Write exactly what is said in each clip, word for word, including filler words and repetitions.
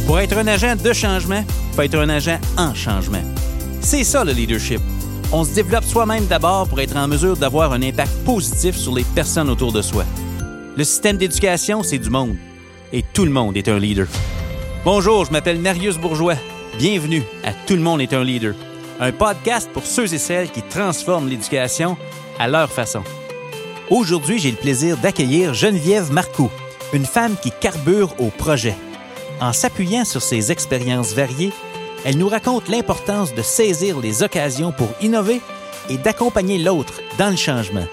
Pour être un agent de changement, il faut être un agent en changement. C'est ça le leadership. On se développe soi-même d'abord pour être en mesure d'avoir un impact positif sur les personnes autour de soi. Le système d'éducation, c'est du monde. Et tout le monde est un leader. Bonjour, je m'appelle Marius Bourgeois. Bienvenue à Tout le monde est un leader. Un podcast pour ceux et celles qui transforment l'éducation à leur façon. Aujourd'hui, j'ai le plaisir d'accueillir Geneviève Marcoux, une femme qui carbure au projet. En s'appuyant sur ses expériences variées, elle nous raconte l'importance de saisir les occasions pour innover et d'accompagner l'autre dans le changement.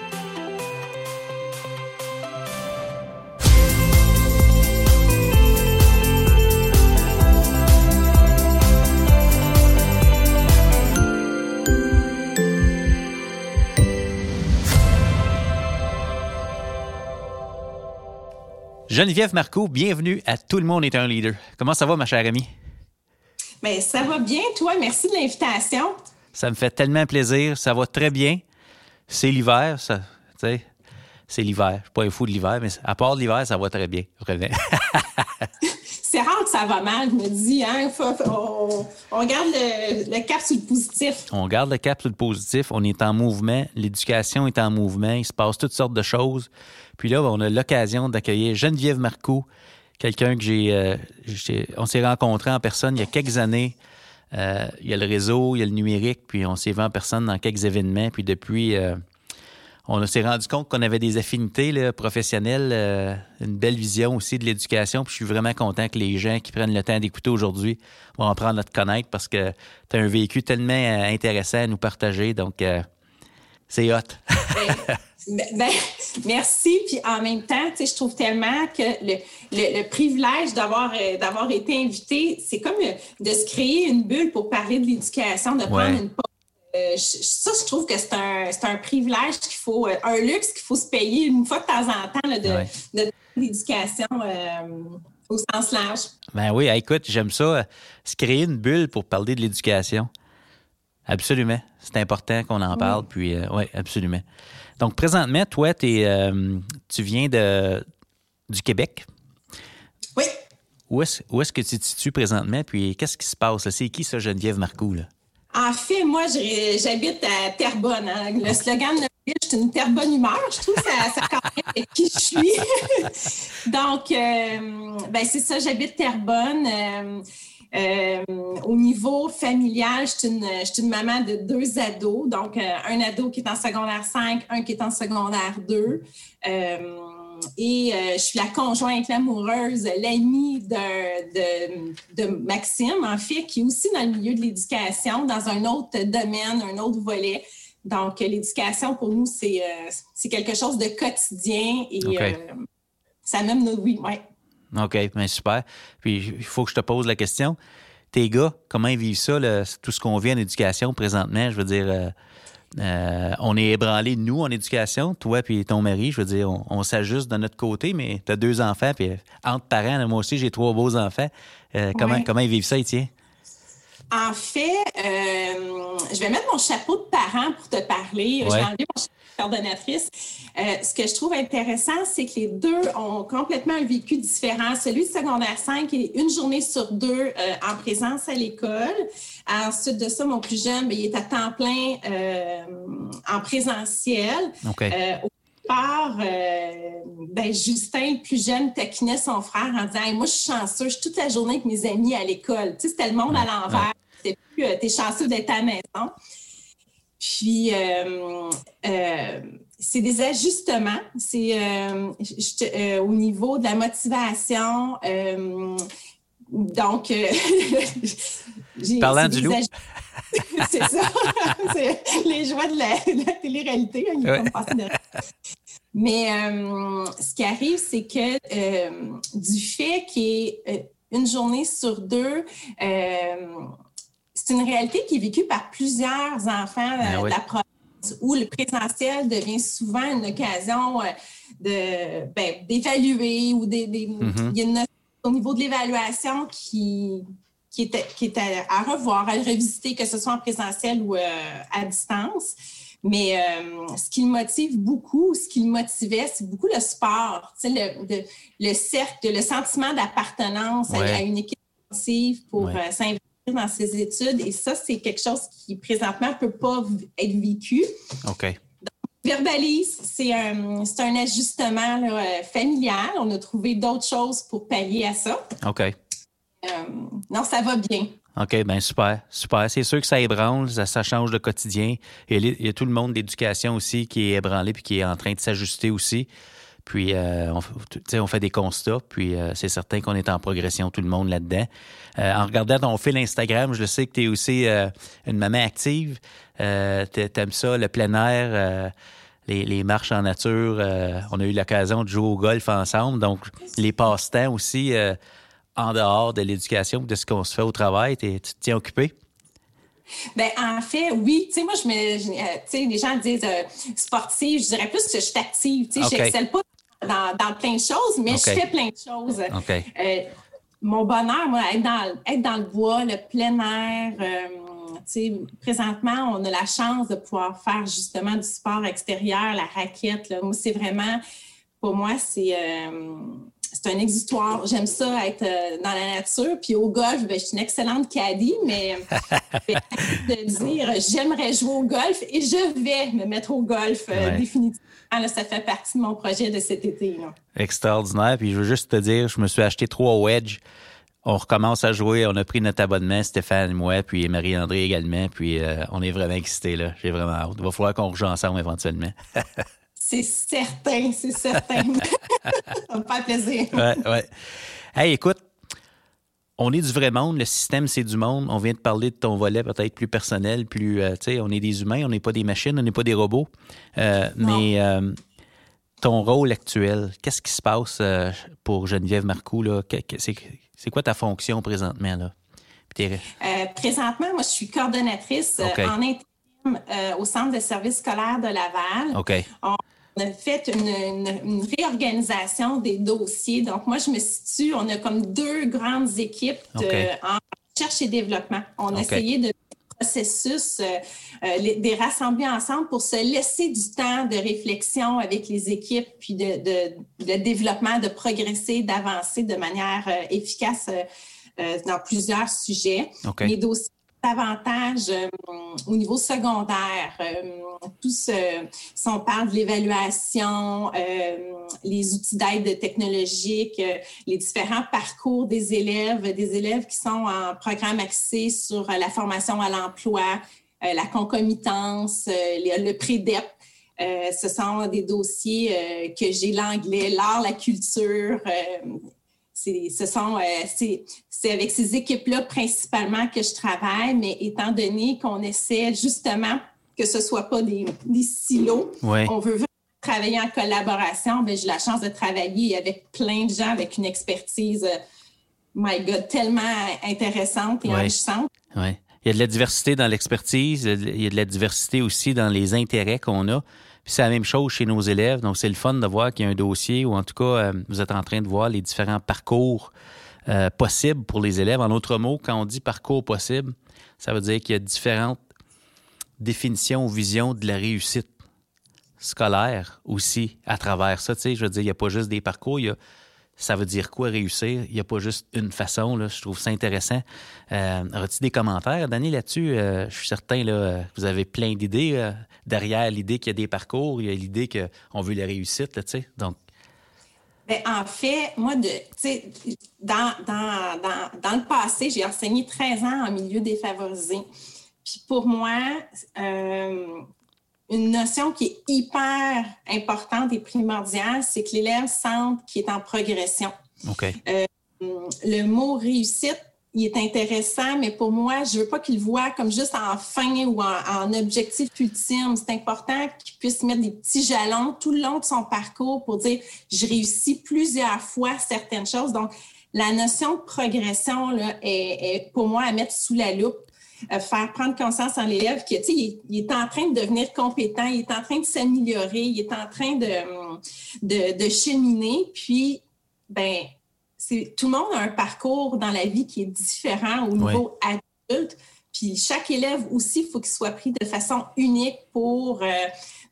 Geneviève Marcoux, bienvenue à Tout le monde est un leader. Comment ça va, ma chère amie? Bien, ça va bien, toi. Merci de l'invitation. Ça me fait tellement plaisir. Ça va très bien. C'est l'hiver, ça. Tu sais, c'est l'hiver. Je ne suis pas un fou de l'hiver, mais à part l'hiver, ça va très bien. Vraiment. C'est rare que ça va mal, je me dis. Hein? Faut, on, on garde le, le cap sur le positif. On garde le cap sur le positif. On est en mouvement. L'éducation est en mouvement. Il se passe toutes sortes de choses. Puis là, on a l'occasion d'accueillir Geneviève Marcoux, quelqu'un que j'ai, euh, j'ai... On s'est rencontrés en personne il y a quelques années. Euh, il y a le réseau, il y a le numérique, puis on s'est vu en personne dans quelques événements. Puis depuis, euh, on s'est rendu compte qu'on avait des affinités là, professionnelles, euh, une belle vision aussi de l'éducation. Puis je suis vraiment content que les gens qui prennent le temps d'écouter aujourd'hui vont apprendre à te connaître parce que tu as un vécu tellement euh, intéressant à nous partager. Donc, euh, c'est hot. Ben, ben, merci. Puis en même temps, tu sais, je trouve tellement que le, le, le privilège d'avoir, euh, d'avoir été invité, c'est comme le, de se créer une bulle pour parler de l'éducation, de prendre ouais. une pause. Euh, je, ça, je trouve que c'est un, c'est un privilège qu'il faut, euh, un luxe qu'il faut se payer une fois de temps en temps là, de, ouais. de, de l'éducation euh, au sens large. Ben oui, écoute, j'aime ça, euh, se créer une bulle pour parler de l'éducation. Absolument. C'est important qu'on en parle. Oui, puis euh, oui, absolument. Donc, présentement, toi, t'es, euh, tu viens de, du Québec. Oui. Où est-ce, où est-ce que tu te situes présentement? Puis, qu'est-ce qui se passe? Là? C'est qui, ça, Geneviève Marcoux? Là? En fait, moi, j'habite à Terrebonne. Hein. Le okay. slogan de notre ville, c'est une Terrebonne humeur. Je trouve que ça, ça correspond avec qui je suis. Donc, euh, ben, c'est ça, j'habite Terrebonne. Euh, Euh, au niveau familial, je suis une, je suis une maman de deux ados. Donc, euh, un ado qui est en secondaire cinq, un qui est en secondaire deux. Euh, et euh, je suis la conjointe, l'amoureuse, l'amie de, de, de Maxime, en fait, qui est aussi dans le milieu de l'éducation, dans un autre domaine, un autre volet. Donc, l'éducation, pour nous, c'est, euh, c'est quelque chose de quotidien et okay. euh, ça mène nos vies, oui. OK, bien super. Puis, il faut que je te pose la question. Tes gars, comment ils vivent ça, là, tout ce qu'on vit en éducation présentement? Je veux dire, euh, euh, on est ébranlés, nous, en éducation, toi puis ton mari. Je veux dire, on, on s'ajuste de notre côté, mais tu as deux enfants, puis entre parents, là, moi aussi, j'ai trois beaux enfants. Euh, comment, ouais. comment ils vivent ça, Étienne? En fait, euh, je vais mettre mon chapeau de parent pour te parler. Ouais. Je vais enlever mon chapeau de coordonnatrice. Euh, ce que je trouve intéressant, c'est que les deux ont complètement un vécu différent. Celui de secondaire cinq est une journée sur deux euh, en présence à l'école. Ensuite de ça, mon plus jeune, bien, il est à temps plein euh, en présentiel. Okay. Euh, Par, euh, ben Justin, le plus jeune, taquinait son frère en disant hey, « Moi, je suis chanceux, je suis toute la journée avec mes amis à l'école. » Tu sais, c'était le monde ouais, à l'envers. Ouais. C'était plus euh, « T'es chanceux d'être à la maison. » Puis, euh, euh, c'est des ajustements. C'est euh, je, euh, au niveau de la motivation. Euh, donc, euh, j'ai, Parlant du loup. Aj- c'est ça. C'est les joies de la, de la télé-réalité. Hein, ouais. de... Mais euh, ce qui arrive, c'est que euh, du fait qu'il y ait euh, une journée sur deux, euh, c'est une réalité qui est vécue par plusieurs enfants ben de oui. la province où le présentiel devient souvent une occasion de, ben, d'évaluer ou des, des, mm-hmm. il y a une notion au niveau de l'évaluation qui, qui, est, qui est à, à revoir, à revisiter, que ce soit en présentiel ou euh, à distance. Mais euh, ce qui le motive beaucoup, ce qui le motivait, c'est beaucoup le sport, tu sais, le, le, le cercle, le sentiment d'appartenance ouais. à, à une équipe intensive pour ouais. euh, s'investir dans ses études. Et ça, c'est quelque chose qui, présentement, ne peut pas être vécu. OK. Verbalise, c'est un, c'est un ajustement là, familial. On a trouvé d'autres choses pour pallier à ça. OK. Euh, non, ça va bien. OK, bien super, super. C'est sûr que ça ébranle, ça, ça change le quotidien. Et il y a tout le monde d'éducation aussi qui est ébranlé puis qui est en train de s'ajuster aussi. Puis, euh, on, on fait des constats, puis euh, c'est certain qu'on est en progression, tout le monde là-dedans. Euh, en regardant ton fil Instagram, je sais que tu es aussi euh, une maman active. Euh, t'aimes ça, le plein air, euh, les, les marches en nature. Euh, on a eu l'occasion de jouer au golf ensemble. Donc, les passe-temps aussi, euh, en dehors de l'éducation, de ce qu'on se fait au travail, tu te tiens occupé? Ben en fait, oui. Tu sais, moi, je me, je, euh, tu sais, les gens disent euh, sportive. Je dirais plus que je suis active. Tu sais, okay. j'excelle pas dans, dans plein de choses, mais okay. je fais plein de choses. Okay. Euh, mon bonheur, moi, être dans, être dans le bois, le plein air. Euh, tu sais, présentement, on a la chance de pouvoir faire justement du sport extérieur, la raquette. Là. Moi, c'est vraiment, pour moi, c'est euh, c'est un exutoire. J'aime ça être euh, dans la nature. Puis au golf, ben, je suis une excellente caddie, mais de dire j'aimerais jouer au golf et je vais me mettre au golf euh, ouais. définitivement. Là, ça fait partie de mon projet de cet été. Là. Extraordinaire. Puis je veux juste te dire, je me suis acheté trois wedges. On recommence à jouer. On a pris notre abonnement, Stéphane et moi, puis Marie-André également. Puis euh, on est vraiment excités, là. J'ai vraiment hâte. Il va falloir qu'on rejoue ensemble éventuellement. C'est certain, c'est certain. Ça me fait plaisir. Oui, oui. Hey, écoute, on est du vrai monde. Le système, c'est du monde. On vient de parler de ton volet peut-être plus personnel, plus, euh, tu sais, on est des humains, on n'est pas des machines, on n'est pas des robots. Euh, mais euh, ton rôle actuel, qu'est-ce qui se passe euh, pour Geneviève Marcoux, là? C'est, c'est quoi ta fonction présentement, là? Euh, présentement, moi, je suis coordonnatrice okay. en intérim euh, au Centre de services scolaires de Laval. OK. On, On a fait une, une, une réorganisation des dossiers. Donc, moi, je me situe, on a comme deux grandes équipes de, okay. en recherche et développement. On okay. a essayé de processus, euh, euh, les, des rassembler ensemble pour se laisser du temps de réflexion avec les équipes, puis de, de, de développement, de progresser, d'avancer de manière euh, efficace euh, euh, dans plusieurs sujets. Okay. Les dossiers davantage euh, au niveau secondaire, euh, tout ce, si on parle de l'évaluation, euh, les outils d'aide technologique, euh, les différents parcours des élèves, des élèves qui sont en programme axé sur euh, la formation à l'emploi, euh, la concomitance, euh, le, le pré-dep. Euh, ce sont des dossiers euh, que j'ai l'anglais, l'art, la culture. Euh, C'est, ce sont, euh, c'est, c'est avec ces équipes-là principalement que je travaille, mais étant donné qu'on essaie justement que ce ne soit pas des, des silos, ouais. on veut vraiment travailler en collaboration. Bien, j'ai la chance de travailler avec plein de gens avec une expertise, euh, my God, tellement intéressante et ouais. enrichissante. Ouais. Il y a de la diversité dans l'expertise, il y a de la diversité aussi dans les intérêts qu'on a. Puis c'est la même chose chez nos élèves. Donc, c'est le fun de voir qu'il y a un dossier ou en tout cas, euh, vous êtes en train de voir les différents parcours euh, possibles pour les élèves. En d'autres mots, quand on dit parcours possible, ça veut dire qu'il y a différentes définitions ou visions de la réussite scolaire aussi à travers ça. Tu sais, je veux dire, il n'y a pas juste des parcours, il y a ça veut dire quoi réussir? Il n'y a pas juste une façon. Là. Je trouve ça intéressant. Euh, Aurais-tu des commentaires, Dani, là-dessus? Euh, je suis certain que vous avez plein d'idées. Euh, derrière l'idée qu'il y a des parcours, il y a l'idée qu'on veut la réussite. Là, donc... Bien, en fait, moi, de, dans, dans, dans, dans le passé, j'ai enseigné treize ans en milieu défavorisé. Puis pour moi, euh, une notion qui est hyper importante et primordiale, c'est que l'élève sente qu'il est en progression. Okay. Euh, le mot « réussite », il est intéressant, mais pour moi, je ne veux pas qu'il le voie comme juste en fin ou en, en objectif ultime. C'est important qu'il puisse mettre des petits jalons tout le long de son parcours pour dire « je réussis plusieurs fois certaines choses ». Donc, la notion de progression là, est, est pour moi à mettre sous la loupe. Euh, faire prendre conscience en l'élève que, tu sais, il, il est en train de devenir compétent, il est en train de s'améliorer, il est en train de, de, de cheminer. Puis, ben, c'est, tout le monde a un parcours dans la vie qui est différent au niveau ouais. adulte. Puis, chaque élève aussi, il faut qu'il soit pris de façon unique pour euh,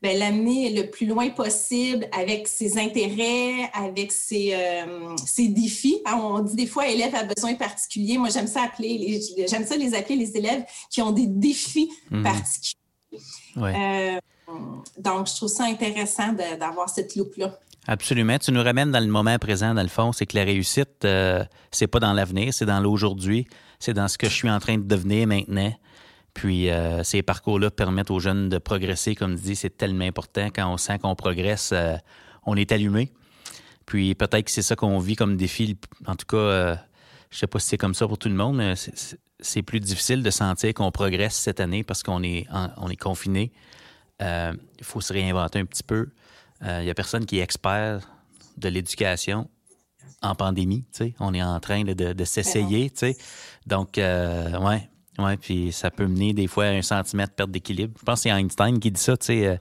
ben, l'amener le plus loin possible avec ses intérêts, avec ses, euh, ses défis. On dit des fois élèves à besoins particuliers. Moi, j'aime ça appeler les, j'aime ça les appeler les élèves qui ont des défis mmh. particuliers. Ouais. Euh, donc, je trouve ça intéressant de, d'avoir cette loupe-là. Absolument. Tu nous ramènes dans le moment présent, dans le fond. C'est que la réussite, euh, c'est pas dans l'avenir, c'est dans l'aujourd'hui. C'est dans ce que je suis en train de devenir maintenant. Puis euh, ces parcours-là permettent aux jeunes de progresser. Comme tu dis, c'est tellement important. Quand on sent qu'on progresse, euh, on est allumé. Puis peut-être que c'est ça qu'on vit comme défi. En tout cas, euh, je sais pas si c'est comme ça pour tout le monde, mais c'est, c'est plus difficile de sentir qu'on progresse cette année parce qu'on est, en, on est confiné. Euh, il faut se réinventer un petit peu. Il euh, n'y a personne qui est expert de l'éducation en pandémie, tu sais. On est en train de, de, de s'essayer, tu sais. Donc, euh, ouais, ouais, puis ça peut mener des fois à un sentiment de perte d'équilibre. Je pense que c'est Einstein qui dit ça, tu sais. Euh,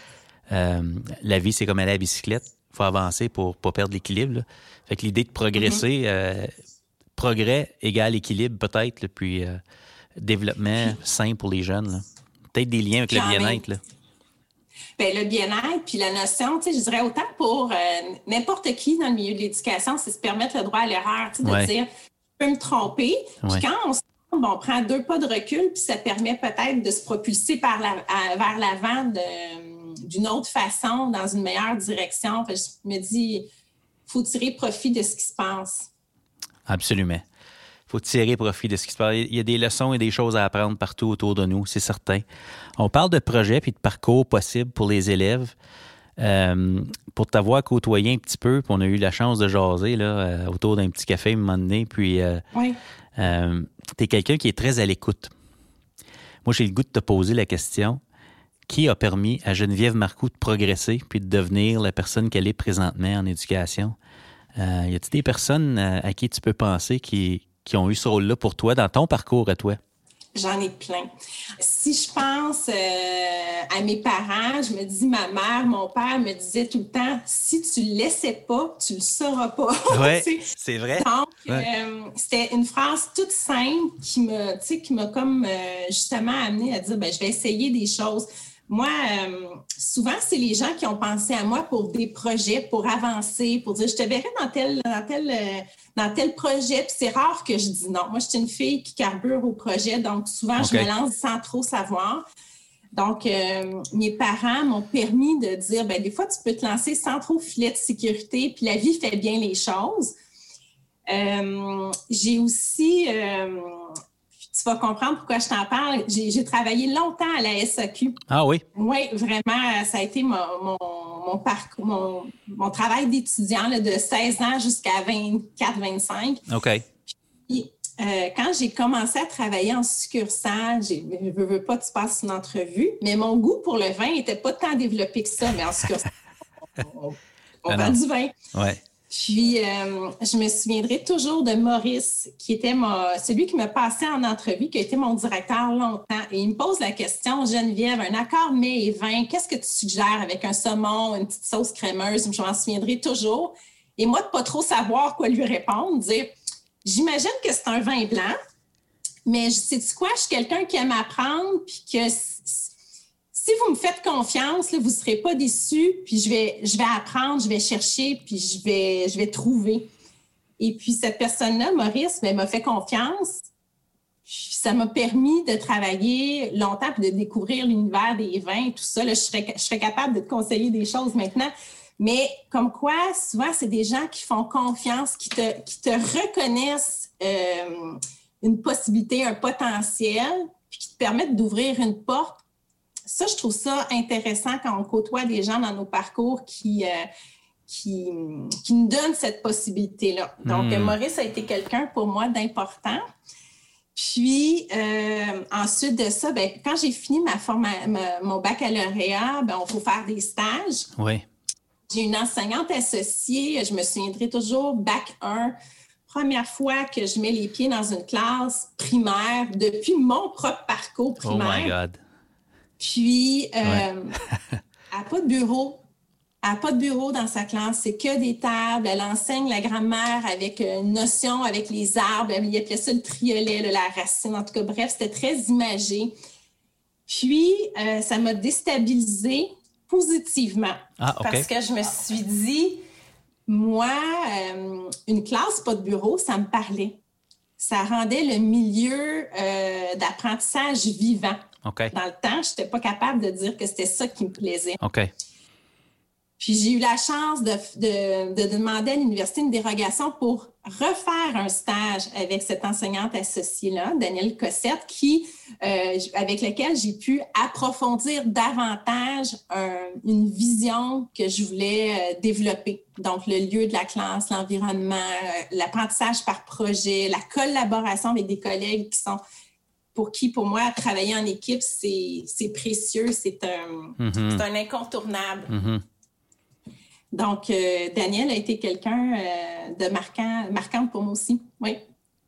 euh, la vie, c'est comme aller à la bicyclette. Il faut avancer pour ne pas perdre l'équilibre, là. Fait que l'idée de progresser, mm-hmm. euh, progrès égale équilibre peut-être, là, puis euh, développement sain pour les jeunes, là. Peut-être des liens avec le bien-être, là. Bien, le bien-être, puis la notion, tu sais, je dirais autant pour euh, n'importe qui dans le milieu de l'éducation, c'est se permettre le droit à l'erreur, tu sais, de ouais. dire, je peux me tromper. Puis ouais. quand on se trompe, on prend deux pas de recul, puis ça permet peut-être de se propulser par la, à, vers l'avant de, d'une autre façon, dans une meilleure direction. Enfin, je me dis, il faut tirer profit de ce qui se passe. Absolument. Il faut tirer profit de ce qui se passe. Il y a des leçons et des choses à apprendre partout autour de nous, c'est certain. On parle de projets puis de parcours possibles pour les élèves. Euh, pour t'avoir côtoyé un petit peu, puis on a eu la chance de jaser là, euh, autour d'un petit café à un moment donné, puis euh, oui. euh, t'es quelqu'un qui est très à l'écoute. Moi, j'ai le goût de te poser la question, qui a permis à Geneviève Marcoux de progresser puis de devenir la personne qu'elle est présentement en éducation? Euh, y a-t-il des personnes euh, à qui tu peux penser qui qui ont eu ce rôle-là pour toi dans ton parcours à toi? J'en ai plein. Si je pense euh, à mes parents, je me dis, ma mère, mon père me disait tout le temps, si tu le laissais pas, tu le sauras pas. Oui, c'est vrai. Donc, ouais. euh, c'était une phrase toute simple qui m'a, tu sais, qui m'a comme euh, justement amenée à dire, ben, je vais essayer des choses. Moi, euh, souvent, c'est les gens qui ont pensé à moi pour des projets, pour avancer, pour dire, je te verrai dans tel, dans tel, euh, dans tel projet. Puis c'est rare que je dis non. Moi, je suis une fille qui carbure au projet, donc souvent, okay. je me lance sans trop savoir. Donc, euh, mes parents m'ont permis de dire, bien, des fois, tu peux te lancer sans trop filet de sécurité, puis la vie fait bien les choses. Euh, j'ai aussi... Euh, Tu vas comprendre pourquoi je t'en parle. J'ai, j'ai travaillé longtemps à la S A Q. Ah oui? Oui, vraiment, ça a été mon, mon, mon parcours, mon, mon travail d'étudiant là, de seize ans jusqu'à vingt-quatre vingt-cinq. OK. Puis, euh, quand j'ai commencé à travailler en succursale, j'ai, je veux, veux pas, tu passes une entrevue, mais mon goût pour le vin n'était pas tant développé que ça, mais en succursale, on, on ah vend du vin. Oui. Puis, euh, je me souviendrai toujours de Maurice, qui était ma, celui qui m'a passé en entrevue, qui a été mon directeur longtemps. Et il me pose la question, Geneviève, un accord mets et vin, qu'est-ce que tu suggères avec un saumon, une petite sauce crémeuse? Je m'en souviendrai toujours. Et moi, de pas trop savoir quoi lui répondre, dire, j'imagine que c'est un vin blanc, mais sais-tu quoi? Je suis quelqu'un qui aime apprendre, puis que... Si vous me faites confiance, là, vous ne serez pas déçus, puis je vais, je vais apprendre, je vais chercher, puis je vais, je vais trouver. Et puis, cette personne-là, Maurice, bien, m'a fait confiance. Puis ça m'a permis de travailler longtemps puis de découvrir l'univers des vins, tout ça. Là, je serais, je serais capable de te conseiller des choses maintenant. Mais comme quoi, souvent, c'est des gens qui font confiance, qui te, qui te reconnaissent euh, une possibilité, un potentiel, puis qui te permettent d'ouvrir une porte. Ça, je trouve ça intéressant quand on côtoie des gens dans nos parcours qui, euh, qui, qui nous donnent cette possibilité-là. Donc, mmh. Maurice a été quelqu'un pour moi d'important. Puis, euh, ensuite de ça, ben, quand j'ai fini ma forma- ma, mon baccalauréat, ben, on faut faire des stages. Oui. J'ai une enseignante associée, je me souviendrai toujours, bac un, première fois que je mets les pieds dans une classe primaire depuis mon propre parcours primaire. Oh my God! Puis, euh, ouais. elle n'a pas de bureau. Elle n'a pas de bureau dans sa classe. C'est que des tables. Elle enseigne la grammaire avec une notion, avec les arbres. Elle appelait ça le triolet, là, la racine. En tout cas, bref, c'était très imagé. Puis, euh, ça m'a déstabilisée positivement. Ah, OK. Parce que je me suis dit, moi, euh, une classe, pas de bureau, ça me parlait. Ça rendait le milieu euh, d'apprentissage vivant. OK. Dans le temps, je n'étais pas capable de dire que c'était ça qui me plaisait. OK. Puis j'ai eu la chance de, de, de demander à l'université une dérogation pour refaire un stage avec cette enseignante associée-là, Danielle Cossette, qui, euh, avec laquelle j'ai pu approfondir davantage un, une vision que je voulais euh, développer. Donc, le lieu de la classe, l'environnement, euh, l'apprentissage par projet, la collaboration avec des collègues qui sont... pour qui, pour moi, travailler en équipe, c'est, c'est précieux, c'est un, mm-hmm. c'est un incontournable. Mm-hmm. Donc, euh, Danielle a été quelqu'un euh, de marquant, marquante pour moi aussi, oui.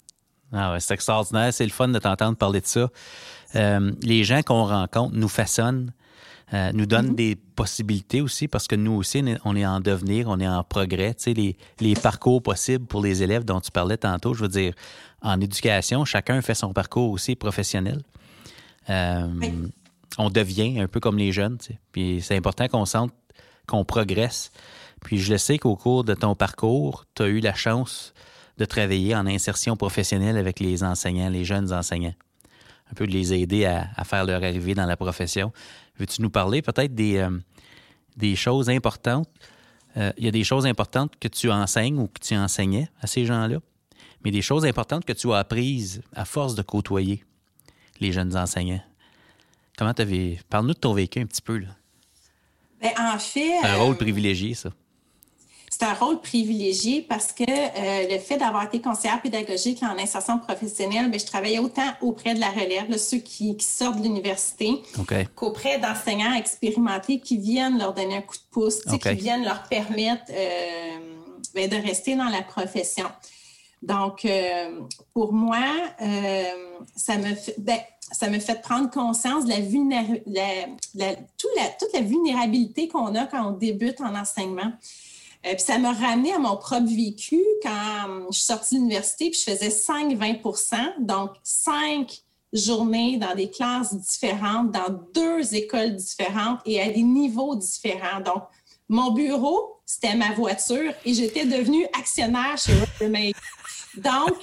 Ah ouais, c'est extraordinaire, c'est le fun de t'entendre parler de ça. Euh, les gens qu'on rencontre nous façonnent, euh, nous donnent mm-hmm. des possibilités aussi, parce que nous aussi, on est en devenir, on est en progrès. Tu sais, les, les parcours possibles pour les élèves dont tu parlais tantôt, je veux dire, en éducation, chacun fait son parcours aussi professionnel. Euh, oui. On devient un peu comme les jeunes, tu sais. Puis c'est important qu'on sente qu'on progresse. Puis je le sais qu'au cours de ton parcours, tu as eu la chance de travailler en insertion professionnelle avec les enseignants, les jeunes enseignants. Un peu de les aider à, à faire leur arrivée dans la profession. Veux-tu nous parler peut-être des, euh, des choses importantes? Euh, il y a des choses importantes que tu enseignes ou que tu enseignais à ces gens-là, mais des choses importantes que tu as apprises à force de côtoyer les jeunes enseignants. Comment tu avais... Parle-nous de ton vécu un petit peu, là. Bien, en fait... C'est un rôle euh, privilégié, ça. C'est un rôle privilégié parce que euh, le fait d'avoir été conseillère pédagogique en insertion professionnelle, bien, je travaillais autant auprès de la relève, là, ceux qui, qui sortent de l'université, okay. qu'auprès d'enseignants expérimentés qui viennent leur donner un coup de pouce, okay. qui viennent leur permettre euh, bien, de rester dans la profession. Donc, euh, pour moi, euh, ça me fait... Ben, ça m'a fait prendre conscience de la, vulnéra- la, la, toute, la, toute la vulnérabilité qu'on a quand on débute en enseignement. Euh, puis ça m'a ramené à mon propre vécu quand je suis sortie de l'université puis je faisais cinq à vingt pour cent, donc cinq journées dans des classes différentes, dans deux écoles différentes et à des niveaux différents. Donc, mon bureau, c'était ma voiture et j'étais devenue actionnaire chez Rubbermaid. Donc...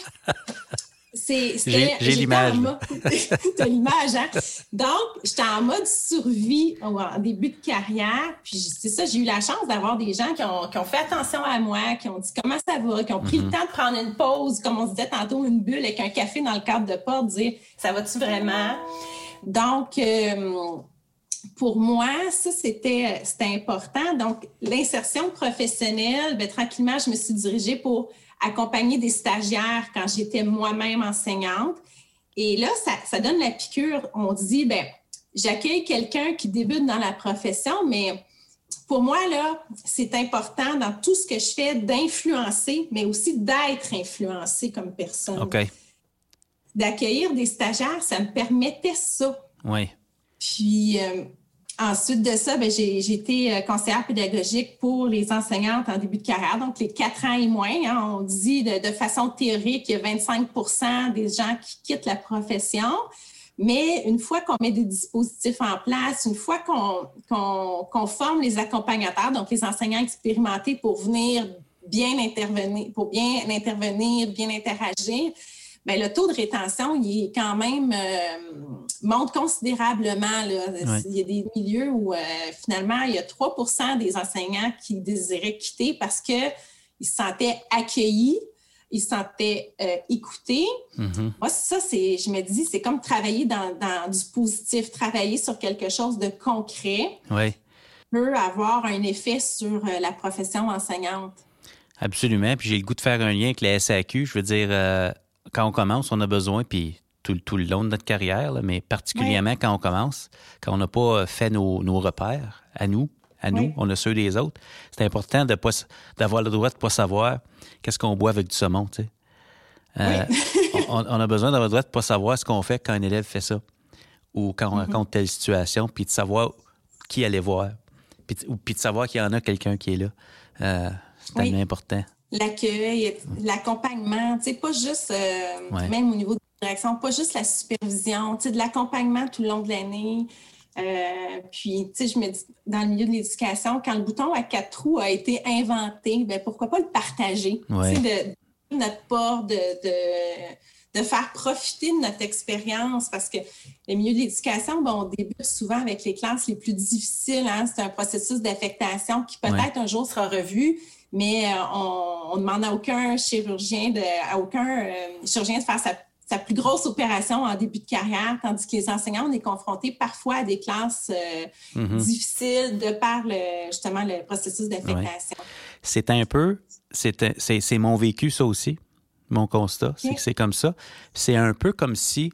C'est, j'ai, j'ai l'image. T'as l'image, hein? Donc, j'étais en mode survie en début de carrière. Puis, c'est ça, j'ai eu la chance d'avoir des gens qui ont, qui ont fait attention à moi, qui ont dit comment ça va, qui ont pris mm-hmm. le temps de prendre une pause, comme on disait tantôt, une bulle avec un café dans le cadre de porte, dire ça va-tu vraiment? Donc, euh, pour moi, ça, c'était, c'était important. Donc, l'insertion professionnelle, bien, tranquillement, je me suis dirigée pour accompagner des stagiaires quand j'étais moi-même enseignante. Et là, ça, ça donne la piqûre. On dit, bien, j'accueille quelqu'un qui débute dans la profession, mais pour moi, là, c'est important dans tout ce que je fais d'influencer, mais aussi d'être influencée comme personne. OK. D'accueillir des stagiaires, ça me permettait ça. Oui. Puis... Euh, Ensuite de ça, bien, j'ai, j'ai été conseillère pédagogique pour les enseignantes en début de carrière, donc les quatre ans et moins. Hein, on dit de, de façon théorique qu'il y a vingt-cinq pour cent des gens qui quittent la profession. Mais une fois qu'on met des dispositifs en place, une fois qu'on, qu'on, qu'on forme les accompagnateurs, donc les enseignants expérimentés pour venir bien intervenir, pour bien intervenir, bien interagir, bien, le taux de rétention, il est quand même euh, monte considérablement. Là. Ouais. Il y a des milieux où, euh, finalement, il y a trois pour cent des enseignants qui désiraient quitter parce qu'ils se sentaient accueillis, ils se sentaient euh, écoutés. Mm-hmm. Moi, ça, c'est, je me dis, c'est comme travailler dans, dans du positif, travailler sur quelque chose de concret oui. peut avoir un effet sur euh, la profession enseignante. Absolument. Puis j'ai le goût de faire un lien avec la S A Q. Je veux dire... Euh... Quand on commence, on a besoin, puis tout, tout le long de notre carrière, là, mais particulièrement oui. quand on commence, quand on n'a pas fait nos, nos repères à nous, à nous, oui. on a ceux des autres, c'est important de pas, d'avoir le droit de ne pas savoir qu'est-ce qu'on boit avec du saumon, tu sais. Euh, oui. on, on a besoin d'avoir le droit de ne pas savoir ce qu'on fait quand un élève fait ça, ou quand on mm-hmm. raconte telle situation, puis de savoir qui aller voir, puis, ou, puis de savoir qu'il y en a quelqu'un qui est là. Euh, c'est tellement oui. important. L'accueil, l'accompagnement, tu sais, pas juste, euh, ouais. même au niveau de la direction, pas juste la supervision, tu sais, de l'accompagnement tout le long de l'année. Euh, puis, tu sais, je me dis, dans le milieu de l'éducation, quand le bouton à quatre trous a été inventé, bien, pourquoi pas le partager? Ouais. Tu sais, de, de notre part, de, de, de faire profiter de notre expérience, parce que le milieu de l'éducation, ben, on débute souvent avec les classes les plus difficiles. Hein? C'est un processus d'affectation qui peut-être ouais. un jour sera revu, mais euh, on ne demande à aucun chirurgien de, à aucun euh, chirurgien de faire sa sa plus grosse opération en début de carrière, tandis que les enseignants, on est confrontés parfois à des classes euh, mm-hmm. difficiles de par le, justement le processus d'affectation. Ouais. C'est un peu, c'est, c'est, c'est mon vécu ça aussi, mon constat, okay. c'est que c'est comme ça. C'est un peu comme si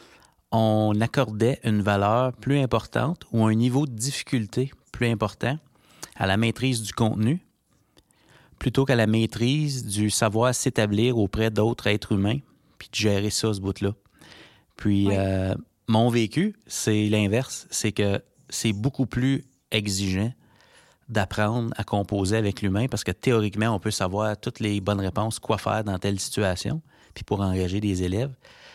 on accordait une valeur plus importante ou un niveau de difficulté plus important à la maîtrise du contenu plutôt qu'à la maîtrise du savoir s'établir auprès d'autres êtres humains puis de gérer ça, ce bout-là. Puis, oui. euh, mon vécu, c'est l'inverse. C'est que c'est beaucoup plus exigeant d'apprendre à composer avec l'humain parce que théoriquement, on peut savoir toutes les bonnes réponses, quoi faire dans telle situation, puis pour engager des élèves.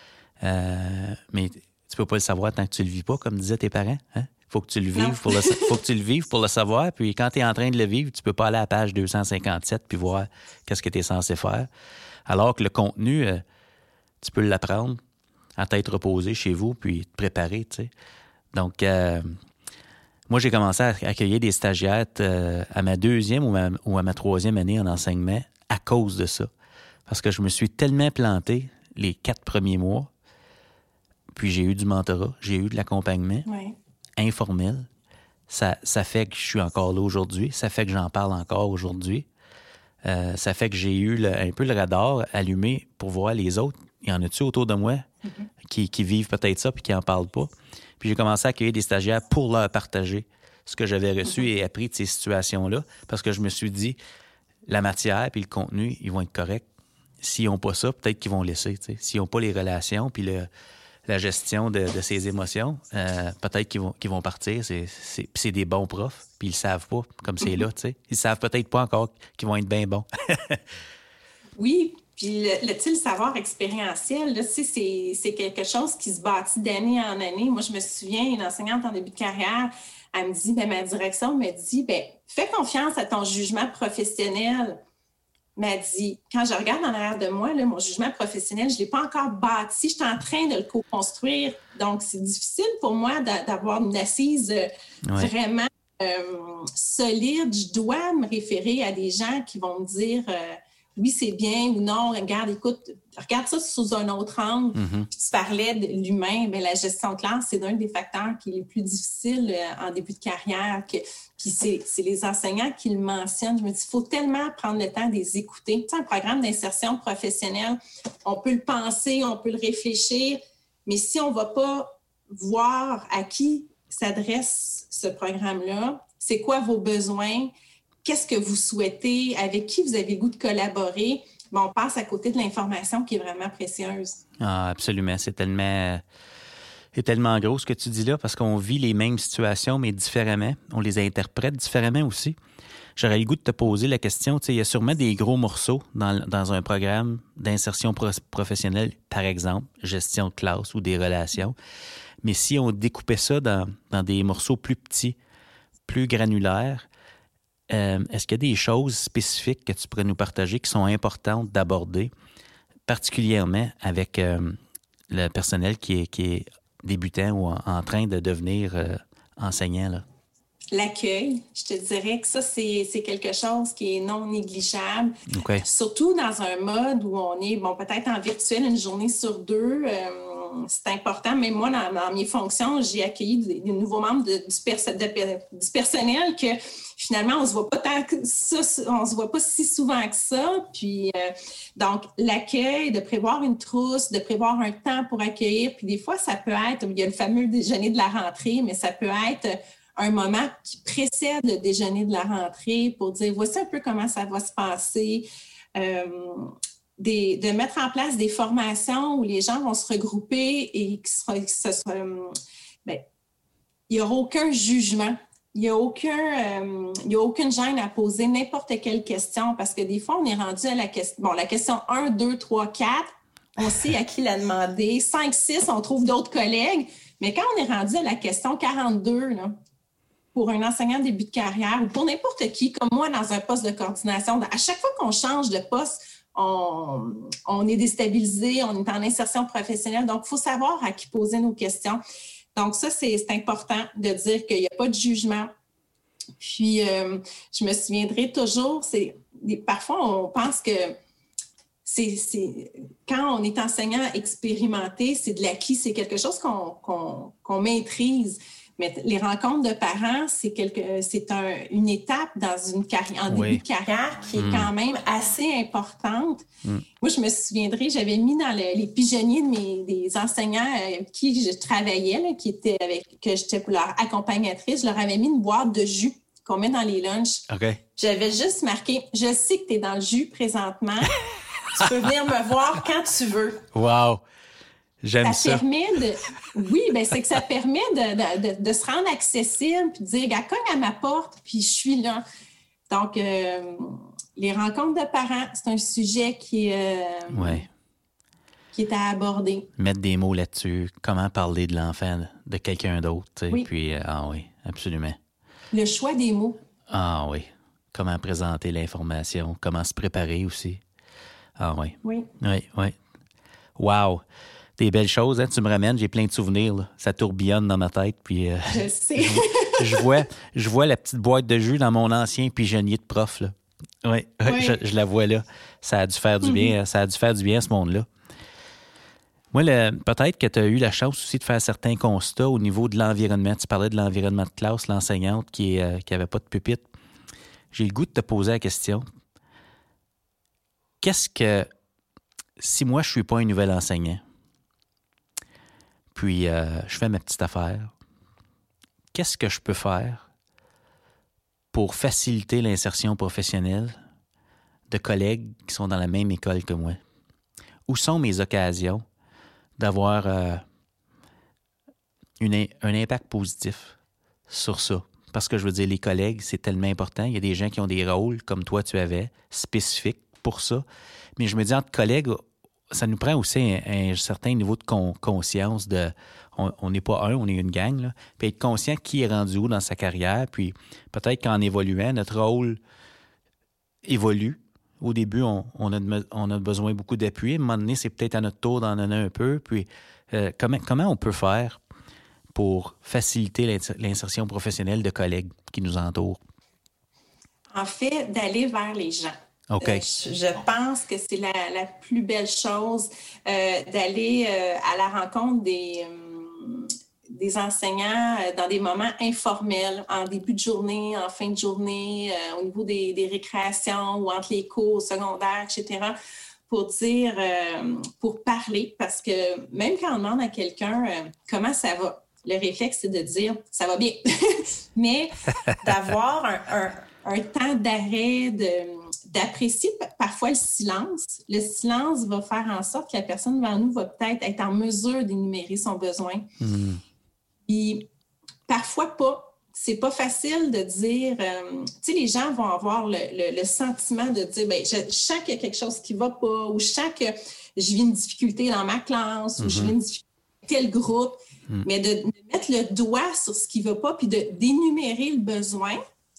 Euh, mais tu peux pas le savoir tant que tu le vis pas, comme disaient tes parents. Hein? Faut que tu le vives pour le, faut que tu le vives pour le savoir. Puis quand tu es en train de le vivre, tu peux pas aller à la page deux cent cinquante-sept puis voir qu'est-ce que tu es censé faire. Alors que le contenu... Euh, tu peux l'apprendre à tête reposée chez vous, puis te préparer, tu sais. Donc, euh, moi, j'ai commencé à accueillir des stagiaires euh, à ma deuxième ou, ma, ou à ma troisième année en enseignement à cause de ça. Parce que je me suis tellement planté les quatre premiers mois, puis j'ai eu du mentorat, j'ai eu de l'accompagnement oui. informel. Ça, ça fait que je suis encore là aujourd'hui, ça fait que j'en parle encore aujourd'hui. Euh, ça fait que j'ai eu le, un peu le radar allumé pour voir les autres. Il y en a-tu autour de moi mm-hmm. qui, qui vivent peut-être ça puis qui n'en parlent pas? Puis j'ai commencé à accueillir des stagiaires pour leur partager ce que j'avais reçu mm-hmm. et appris de ces situations-là parce que je me suis dit, la matière puis le contenu, ils vont être corrects. S'ils n'ont pas ça, peut-être qu'ils vont laisser. T'sais. S'ils n'ont pas les relations puis le, la gestion de, de ces émotions, euh, peut-être qu'ils vont, qu'ils vont partir. C'est, c'est, c'est des bons profs, puis ils ne savent pas, comme c'est là. T'sais. Ils ne savent peut-être pas encore qu'ils vont être bien bons. Oui. Puis le, le, le savoir expérientiel, là, c'est, c'est quelque chose qui se bâtit d'année en année. Moi, je me souviens, une enseignante en début de carrière, elle me dit, bien, ma direction me dit, bien, fais confiance à ton jugement professionnel. Elle m'a dit, quand je regarde en arrière de moi, là, mon jugement professionnel, je ne l'ai pas encore bâti, je suis en train de le co-construire. Donc, c'est difficile pour moi d'avoir une assise ouais. vraiment euh, solide. Je dois me référer à des gens qui vont me dire... Euh, oui, c'est bien ou non, regarde, écoute, regarde ça sous un autre angle. Mm-hmm. Puis tu parlais de l'humain, bien, la gestion de classe, c'est l'un des facteurs qui est les plus difficiles euh, en début de carrière. Que, puis c'est, c'est les enseignants qui le mentionnent. Je me dis, il faut tellement prendre le temps de les écouter. Tu sais, un programme d'insertion professionnelle, on peut le penser, on peut le réfléchir, mais si on ne va pas voir à qui s'adresse ce programme-là, c'est quoi vos besoins, qu'est-ce que vous souhaitez, avec qui vous avez le goût de collaborer, bien, on passe à côté de l'information qui est vraiment précieuse. Ah, absolument. C'est tellement, c'est tellement gros ce que tu dis là parce qu'on vit les mêmes situations, mais différemment. On les interprète différemment aussi. J'aurais le goût de te poser la question, tu sais, il y a sûrement des gros morceaux dans, dans un programme d'insertion pro- professionnelle, par exemple, gestion de classe ou des relations. Mais si on découpait ça dans, dans des morceaux plus petits, plus granulaires, Euh, est-ce qu'il y a des choses spécifiques que tu pourrais nous partager qui sont importantes d'aborder, particulièrement avec euh, le personnel qui est, qui est débutant ou en, en train de devenir euh, enseignant, là? L'accueil, je te dirais que ça, c'est, c'est quelque chose qui est non négligeable. Okay. Surtout dans un mode où on est, bon, peut-être en virtuel une journée sur deux. Euh, c'est important. Même moi, dans, dans mes fonctions, j'ai accueilli des, des nouveaux membres de, du, perso- de, du personnel que finalement, on se voit pas tant que ça, on se voit pas si souvent que ça. Puis, euh, donc, l'accueil, de prévoir une trousse, de prévoir un temps pour accueillir. Puis des fois, ça peut être, il y a le fameux déjeuner de la rentrée, mais ça peut être un moment qui précède le déjeuner de la rentrée pour dire voici un peu comment ça va se passer. Euh, des, de mettre en place des formations où les gens vont se regrouper et que ce soit, ben, il n'y aura aucun jugement. Il n'y a, aucun, euh, il y a aucune gêne à poser n'importe quelle question parce que des fois, on est rendu à la question, bon, la question un, deux, trois, quatre. on sait à qui la demander. cinq, six, on trouve d'autres collègues. Mais quand on est rendu à la question quarante-deux, là, pour un enseignant de début de carrière ou pour n'importe qui, comme moi, dans un poste de coordination, à chaque fois qu'on change de poste, on, on est déstabilisé, on est en insertion professionnelle. Donc, il faut savoir à qui poser nos questions. Donc, ça, c'est, c'est important de dire qu'il n'y a pas de jugement. Puis, euh, je me souviendrai toujours, c'est parfois, on pense que c'est, c'est quand on est enseignant expérimenté, c'est de l'acquis, c'est quelque chose qu'on, qu'on, qu'on maîtrise. Mais les rencontres de parents, c'est, quelque, c'est un, une étape dans une carrière, en oui. début de carrière qui est mmh. quand même assez importante. Mmh. Moi, je me souviendrai, j'avais mis dans le, les pigeonniers de mes, des enseignants avec qui je travaillais, là, qui étaient avec, que j'étais leur accompagnatrice, je leur avais mis une boîte de jus qu'on met dans les lunchs. Okay. J'avais juste marqué « Je sais que tu es dans le jus présentement. Tu peux venir me voir quand tu veux. » Wow! J'aime ça. Ça permet de... Oui, bien, c'est que ça permet de, de, de, de se rendre accessible puis de dire « Gars, cogne à ma porte, puis je suis là. » Donc, euh, les rencontres de parents, c'est un sujet qui est, euh, ouais. qui est à aborder. Mettre des mots là-dessus, comment parler de l'enfant de quelqu'un d'autre. Oui. Puis, euh, ah oui, absolument. Le choix des mots. Ah oui. Comment présenter l'information, comment se préparer aussi. Ah oui. Oui. Oui, oui. Wow! Des belles choses, hein? Tu me ramènes, j'ai plein de souvenirs. Là. Ça tourbillonne dans ma tête. Puis, euh, je sais. je, je, vois, je vois la petite boîte de jus dans mon ancien pigeonnier de prof. Là. Oui, oui. Je, je la vois là. Ça a dû faire du bien. Mm-hmm. Ça a dû faire du bien à ce monde-là. Moi, le, peut-être que tu as eu la chance aussi de faire certains constats au niveau de l'environnement. Tu parlais de l'environnement de classe, l'enseignante qui n'avait euh, pas de pupitre. J'ai le goût de te poser la question. Qu'est-ce que, si moi, je ne suis pas un nouvel enseignant, puis euh, je fais ma petite affaire, qu'est-ce que je peux faire pour faciliter l'insertion professionnelle de collègues qui sont dans la même école que moi? Où sont mes occasions d'avoir euh, une, un impact positif sur ça? Parce que je veux dire, les collègues, c'est tellement important. Il y a des gens qui ont des rôles, comme toi tu avais, spécifiques pour ça. Mais je me dis, entre collègues, ça nous prend aussi un, un certain niveau de con, conscience de... On n'est pas un, on est une gang, là. Puis être conscient qui est rendu où dans sa carrière. Puis peut-être qu'en évoluant, notre rôle évolue. Au début, on, on, a, de, on a besoin beaucoup d'appui. À un moment donné, c'est peut-être à notre tour d'en donner un peu. Puis euh, comment, comment on peut faire pour faciliter l'insertion professionnelle de collègues qui nous entourent? En fait, d'aller vers les gens. Okay. Euh, je, je pense que c'est la, la plus belle chose euh, d'aller euh, à la rencontre des, euh, des enseignants euh, dans des moments informels, en début de journée, en fin de journée, euh, au niveau des, des récréations ou entre les cours secondaires, et cetera, pour dire, euh, pour parler, parce que même quand on demande à quelqu'un euh, comment ça va, le réflexe, c'est de dire « ça va bien », mais d'avoir un, un, un temps d'arrêt, de, d'apprécier parfois le silence. Le silence va faire en sorte que la personne devant nous va peut-être être en mesure d'énumérer son besoin. Mmh. Puis parfois pas. C'est pas facile de dire... Euh, tu sais, les gens vont avoir le, le, le sentiment de dire « je, je sens qu'il y a quelque chose qui va pas » ou « je sens que je vis une difficulté dans ma classe mmh. ou je vis une difficulté dans tel groupe ». Mm. Mais de, de mettre le doigt sur ce qui ne va pas puis de, d'énumérer le besoin,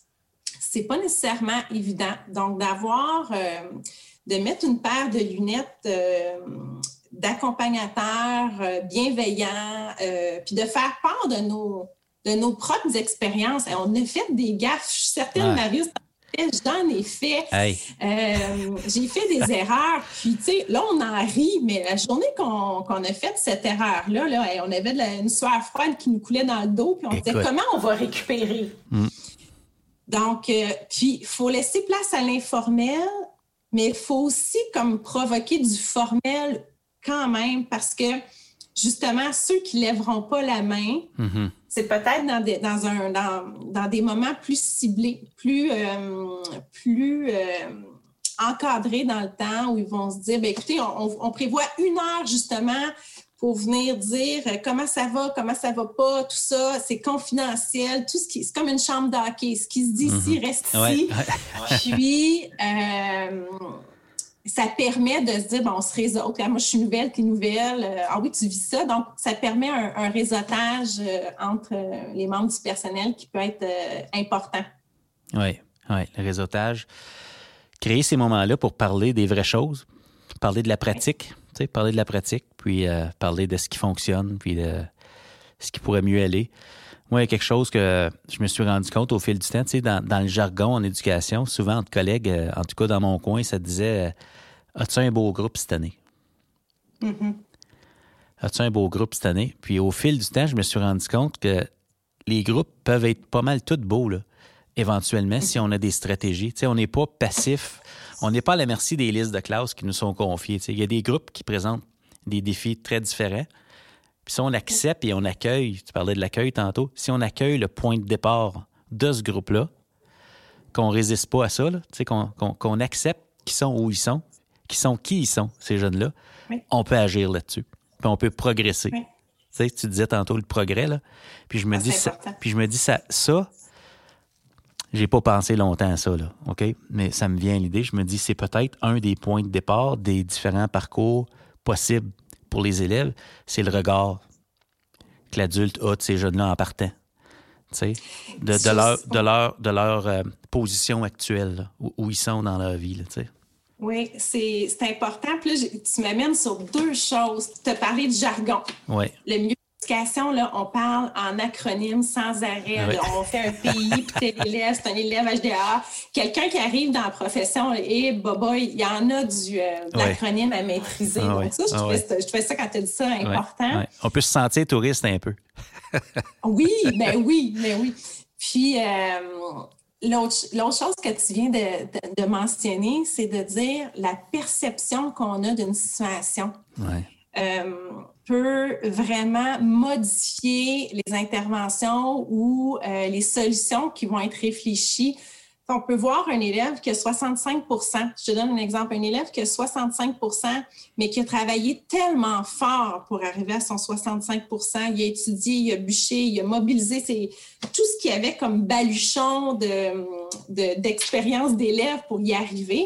ce n'est pas nécessairement évident. Donc, d'avoir, euh, de mettre une paire de lunettes euh, d'accompagnateurs euh, bienveillants, euh, puis de faire part de nos, de nos propres expériences. Et on a fait des gaffes. Je suis certaine, ouais. Marius, j'en ai fait. Hey. Euh, j'ai fait des erreurs. Puis, tu sais, là, on en rit, mais la journée qu'on, qu'on a fait cette erreur-là, là, on avait de la, une sueur froide qui nous coulait dans le dos, puis on Écoute. disait, comment on va récupérer? Mm. Donc, euh, puis, il faut laisser place à l'informel, mais il faut aussi comme provoquer du formel quand même, parce que, justement, ceux qui ne lèveront pas la main, mm-hmm. c'est peut-être dans des, dans un, dans, dans des moments plus ciblés, plus, euh, plus euh, encadrés dans le temps, où ils vont se dire, bien, écoutez, on, on prévoit une heure, justement, pour venir dire comment ça va, comment ça va pas, tout ça, c'est confidentiel, tout ce qui, c'est comme une chambre d'hockey. Ce qui se dit mm-hmm. ici, reste ouais. ici. Puis, euh, ça permet de se dire, bon, on se réseaute. Moi, je suis nouvelle, t'es nouvelle. Euh, ah oui, tu vis ça. Donc, ça permet un, un réseautage euh, entre euh, les membres du personnel qui peut être euh, important. Oui, oui, le réseautage. Créer ces moments-là pour parler des vraies choses, parler de la pratique, oui. tu sais, parler de la pratique, puis euh, parler de ce qui fonctionne, puis de ce qui pourrait mieux aller. Moi, il y a quelque chose que je me suis rendu compte au fil du temps, tu sais, dans, dans le jargon en éducation, souvent entre collègues, euh, en tout cas dans mon coin, ça disait euh, « As-tu un beau groupe cette année? Mm-hmm. » As-tu un beau groupe cette année? Puis au fil du temps, je me suis rendu compte que les groupes peuvent être pas mal tous beaux, là, éventuellement, mm-hmm. si on a des stratégies. Tu sais, on n'est pas passif, on n'est pas à la merci des listes de classe qui nous sont confiées. Tu sais. Il y a des groupes qui présentent des défis très différents. Puis si on accepte et on accueille, tu parlais de l'accueil tantôt, si on accueille le point de départ de ce groupe-là, qu'on ne résiste pas à ça, là, qu'on, qu'on, qu'on accepte qu'ils sont où ils sont, qu'ils sont qui ils sont, ces jeunes-là, oui. on peut agir là-dessus. Puis on peut progresser. Oui. Tu sais, tu disais tantôt le progrès, là. Puis je me ah, dis, ça, puis je me dis ça, ça, j'ai pas pensé longtemps à ça, là, OK? Mais ça me vient à l'idée. Je me dis, c'est peut-être un des points de départ des différents parcours possibles pour les élèves, c'est le regard que l'adulte a de ces jeunes-là en partant. Tu sais, de, de leur, de leur, de leur euh, position actuelle, là, où, où ils sont dans leur vie, là, tu sais. Oui, c'est, c'est important. Puis là, tu m'amènes sur deux choses. Tu as parlé de jargon. Oui. Le milieu d'éducation, là, on parle en acronyme sans arrêt. Oui. Là, on fait un P I, puis t'es l'élève, c'est un élève H D A. Quelqu'un qui arrive dans la profession, et boba, il y en a du, euh, de l'acronyme oui. à maîtriser. Ah, Donc oui. ça, je trouvais, ah, ça, je trouvais ça, quand tu as dit ça, important. Oui. Oui. On peut se sentir touriste un peu. oui, ben oui, mais oui. Puis... Euh, L'autre, l'autre chose que tu viens de, de, de mentionner, c'est de dire la perception qu'on a d'une situation ouais. euh, peut vraiment modifier les interventions ou euh, les solutions qui vont être réfléchies. On peut voir un élève qui a soixante-cinq pour cent, je te donne un exemple, un élève qui a soixante-cinq pour cent, mais qui a travaillé tellement fort pour arriver à son soixante-cinq pour cent. Il a étudié, il a bûché, il a mobilisé ses, tout ce qu'il y avait comme baluchon de, de, d'expérience d'élève pour y arriver.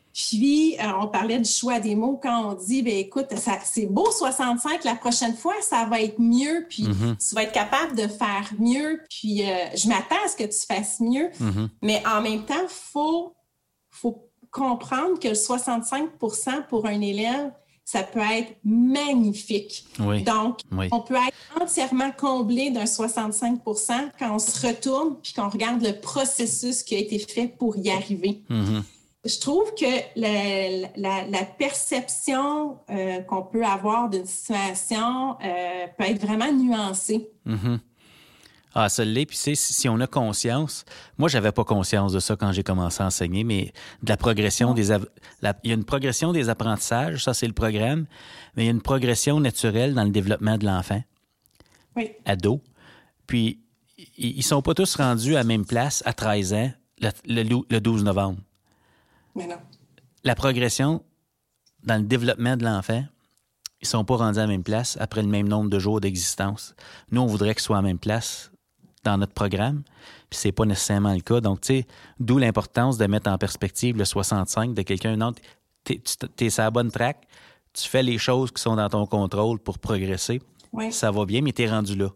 Puis, euh, on parlait du choix des mots quand on dit, bien, écoute, ça, c'est beau soixante-cinq, la prochaine fois, ça va être mieux, puis mm-hmm. tu vas être capable de faire mieux, puis euh, je m'attends à ce que tu fasses mieux. Mm-hmm. Mais en même temps, il faut, faut comprendre que le soixante-cinq pour cent pour un élève, ça peut être magnifique. Oui. Donc, oui. on peut être entièrement comblé d'un soixante-cinq pour cent quand on se retourne puis qu'on regarde le processus qui a été fait pour y arriver. Mm-hmm. Je trouve que la, la, la perception euh, qu'on peut avoir d'une situation euh, peut être vraiment nuancée. Mm-hmm. Ah, ça l'est. Puis, c'est, si on a conscience... Moi, j'avais pas conscience de ça quand j'ai commencé à enseigner, mais de la progression des... Av... La... Il y a une progression des apprentissages, ça, c'est le programme, mais il y a une progression naturelle dans le développement de l'enfant. Oui. Ado. Puis, ils sont pas tous rendus à la même place à treize ans, le, le, le douze novembre. Mais non. La progression dans le développement de l'enfant, ils ne sont pas rendus à la même place après le même nombre de jours d'existence. Nous, on voudrait qu'ils soient à la même place dans notre programme, puis c'est pas nécessairement le cas. Donc, tu sais, d'où l'importance de mettre en perspective le soixante-cinq de quelqu'un. Non, tu es sur la bonne track, tu fais les choses qui sont dans ton contrôle pour progresser. Oui. Ça va bien, mais tu es rendu là.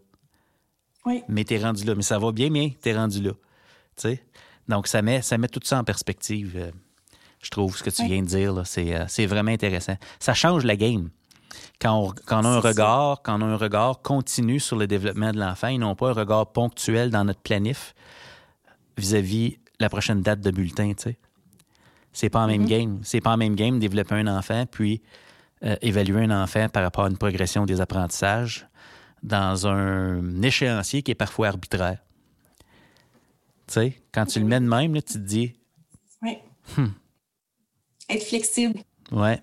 Oui. Mais tu es rendu là. Mais ça va bien, mais tu es rendu là. Tu sais? Donc, ça met, ça met tout ça en perspective. Euh, Je trouve ce que tu oui. viens de dire, là, c'est, euh, c'est vraiment intéressant. Ça change la game. Quand on, quand on a un c'est regard, ça. quand on a un regard continu sur le développement de l'enfant et non pas un regard ponctuel dans notre planif vis-à-vis la prochaine date de bulletin, tu sais. C'est pas en même mm-hmm. game. C'est pas en même game développer un enfant puis euh, évaluer un enfant par rapport à une progression des apprentissages dans un échéancier qui est parfois arbitraire. Tu sais, quand tu oui. le mets de même, là, tu te dis... Oui. Hmm, Être flexible. Ouais.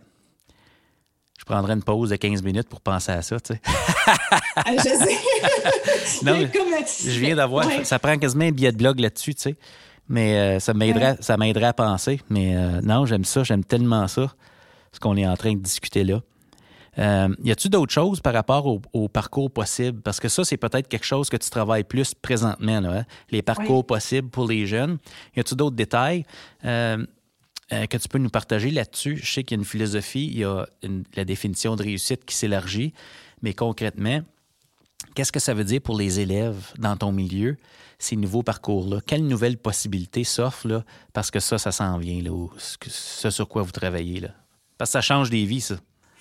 Je prendrais une pause de quinze minutes pour penser à ça, tu sais. ah, je sais. non, mais, comme... Je viens d'avoir... Ouais. Ça prend quasiment un billet de blog là-dessus, tu sais. Mais euh, ça, m'aiderait, ouais. ça m'aiderait à penser. Mais euh, non, j'aime ça. J'aime tellement ça, ce qu'on est en train de discuter là. Euh, y a-tu d'autres choses par rapport au, au parcours possible? Parce que ça, c'est peut-être quelque chose que tu travailles plus présentement, là, hein? Les parcours ouais. possibles pour les jeunes. Y a-tu d'autres détails? Euh, euh, que tu peux nous partager là-dessus? Je sais qu'il y a une philosophie, il y a une, la définition de réussite qui s'élargit, mais concrètement, qu'est-ce que ça veut dire pour les élèves dans ton milieu, ces nouveaux parcours-là? Quelles nouvelles possibilités s'offrent, là? Parce que ça, ça s'en vient, là, ce sur quoi vous travaillez, là. Parce que ça change des vies, ça.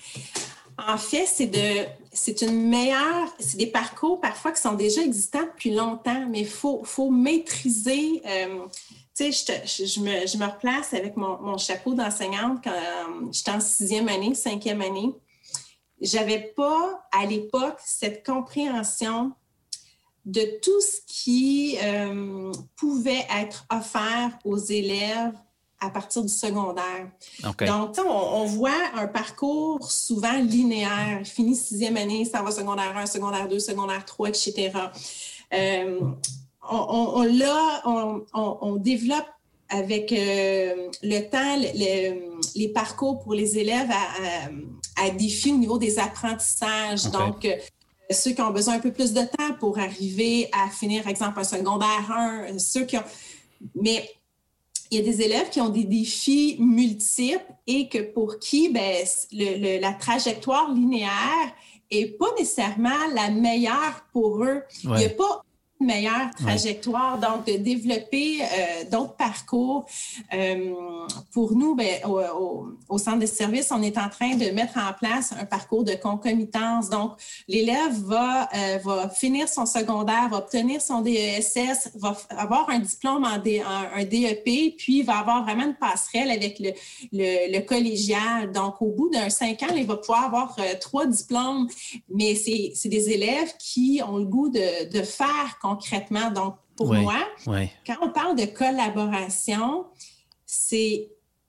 En fait, c'est de, c'est une meilleure, c'est des parcours parfois qui sont déjà existants depuis longtemps, mais il faut, faut maîtriser. Euh, tu sais, je, je, me, je me replace avec mon, mon chapeau d'enseignante quand euh, j'étais en sixième année, cinquième année. J'avais pas, à l'époque, cette compréhension de tout ce qui euh, pouvait être offert aux élèves à partir du secondaire. Okay. Donc, on, on voit un parcours souvent linéaire. Fini sixième année, ça va secondaire un, secondaire deux, secondaire trois, et cetera. Euh, on, on, on, là, on, on, on développe avec euh, le temps le, le, les parcours pour les élèves à, à, à défi au niveau des apprentissages. Okay. Donc, euh, ceux qui ont besoin un peu plus de temps pour arriver à finir, par exemple, un secondaire un, ceux qui ont... Mais il y a des élèves qui ont des défis multiples et que pour qui ben, le, le, la trajectoire linéaire n'est pas nécessairement la meilleure pour eux. Ouais. Il n'y a pas une meilleure trajectoire. Ouais. Donc, de développer euh, d'autres parcours. Euh, pour nous, ben, au, au, au centre de service, on est en train de mettre en place un parcours de concomitance. Donc, l'élève va, euh, va finir son secondaire, va obtenir son D E S S, va avoir un diplôme en D, un, un D E P, puis va avoir vraiment une passerelle avec le, le, le collégial. Donc, au bout d'un cinq ans, il va pouvoir avoir euh, trois diplômes, mais c'est, c'est des élèves qui ont le goût de, de faire concrètement. Donc, pour oui, moi, oui. quand on parle de collaboration, c'est,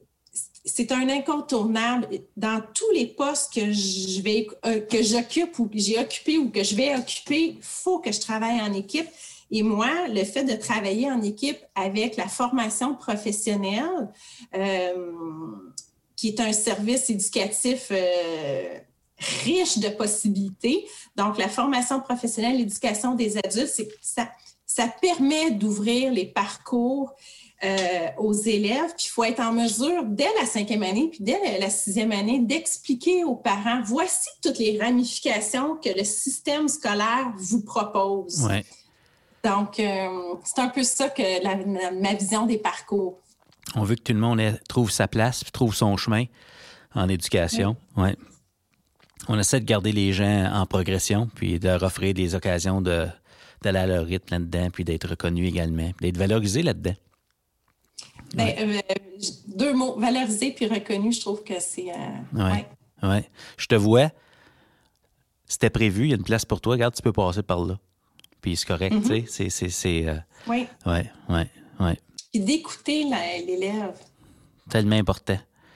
c'est un incontournable. Dans tous les postes que, je vais, euh, que j'occupe ou que j'ai occupé ou que je vais occuper, il faut que je travaille en équipe. Et moi, le fait de travailler en équipe avec la formation professionnelle, euh, qui est un service éducatif euh, riche de possibilités. Donc, la formation professionnelle, l'éducation des adultes, c'est, ça, ça permet d'ouvrir les parcours euh, aux élèves. Puis, il faut être en mesure, dès la cinquième année, puis dès la, la sixième année, d'expliquer aux parents, voici toutes les ramifications que le système scolaire vous propose. Ouais. Donc, euh, c'est un peu ça que la, la, ma vision des parcours. On veut que tout le monde ait, trouve sa place, trouve son chemin en éducation. Oui. Ouais. On essaie de garder les gens en progression, puis de leur offrir des occasions de, d'aller à leur rythme là-dedans, puis d'être reconnus également, puis d'être valorisés là-dedans. Bien, ouais. euh, deux mots, valorisé puis reconnu, je trouve que c'est... Euh, oui, ouais. ouais. Je te vois, c'était prévu, il y a une place pour toi, regarde, tu peux passer par là. Puis c'est correct, mm-hmm. tu sais, c'est... c'est, c'est euh... Oui. Oui, oui, oui. Puis d'écouter la, l'élève. Tellement important.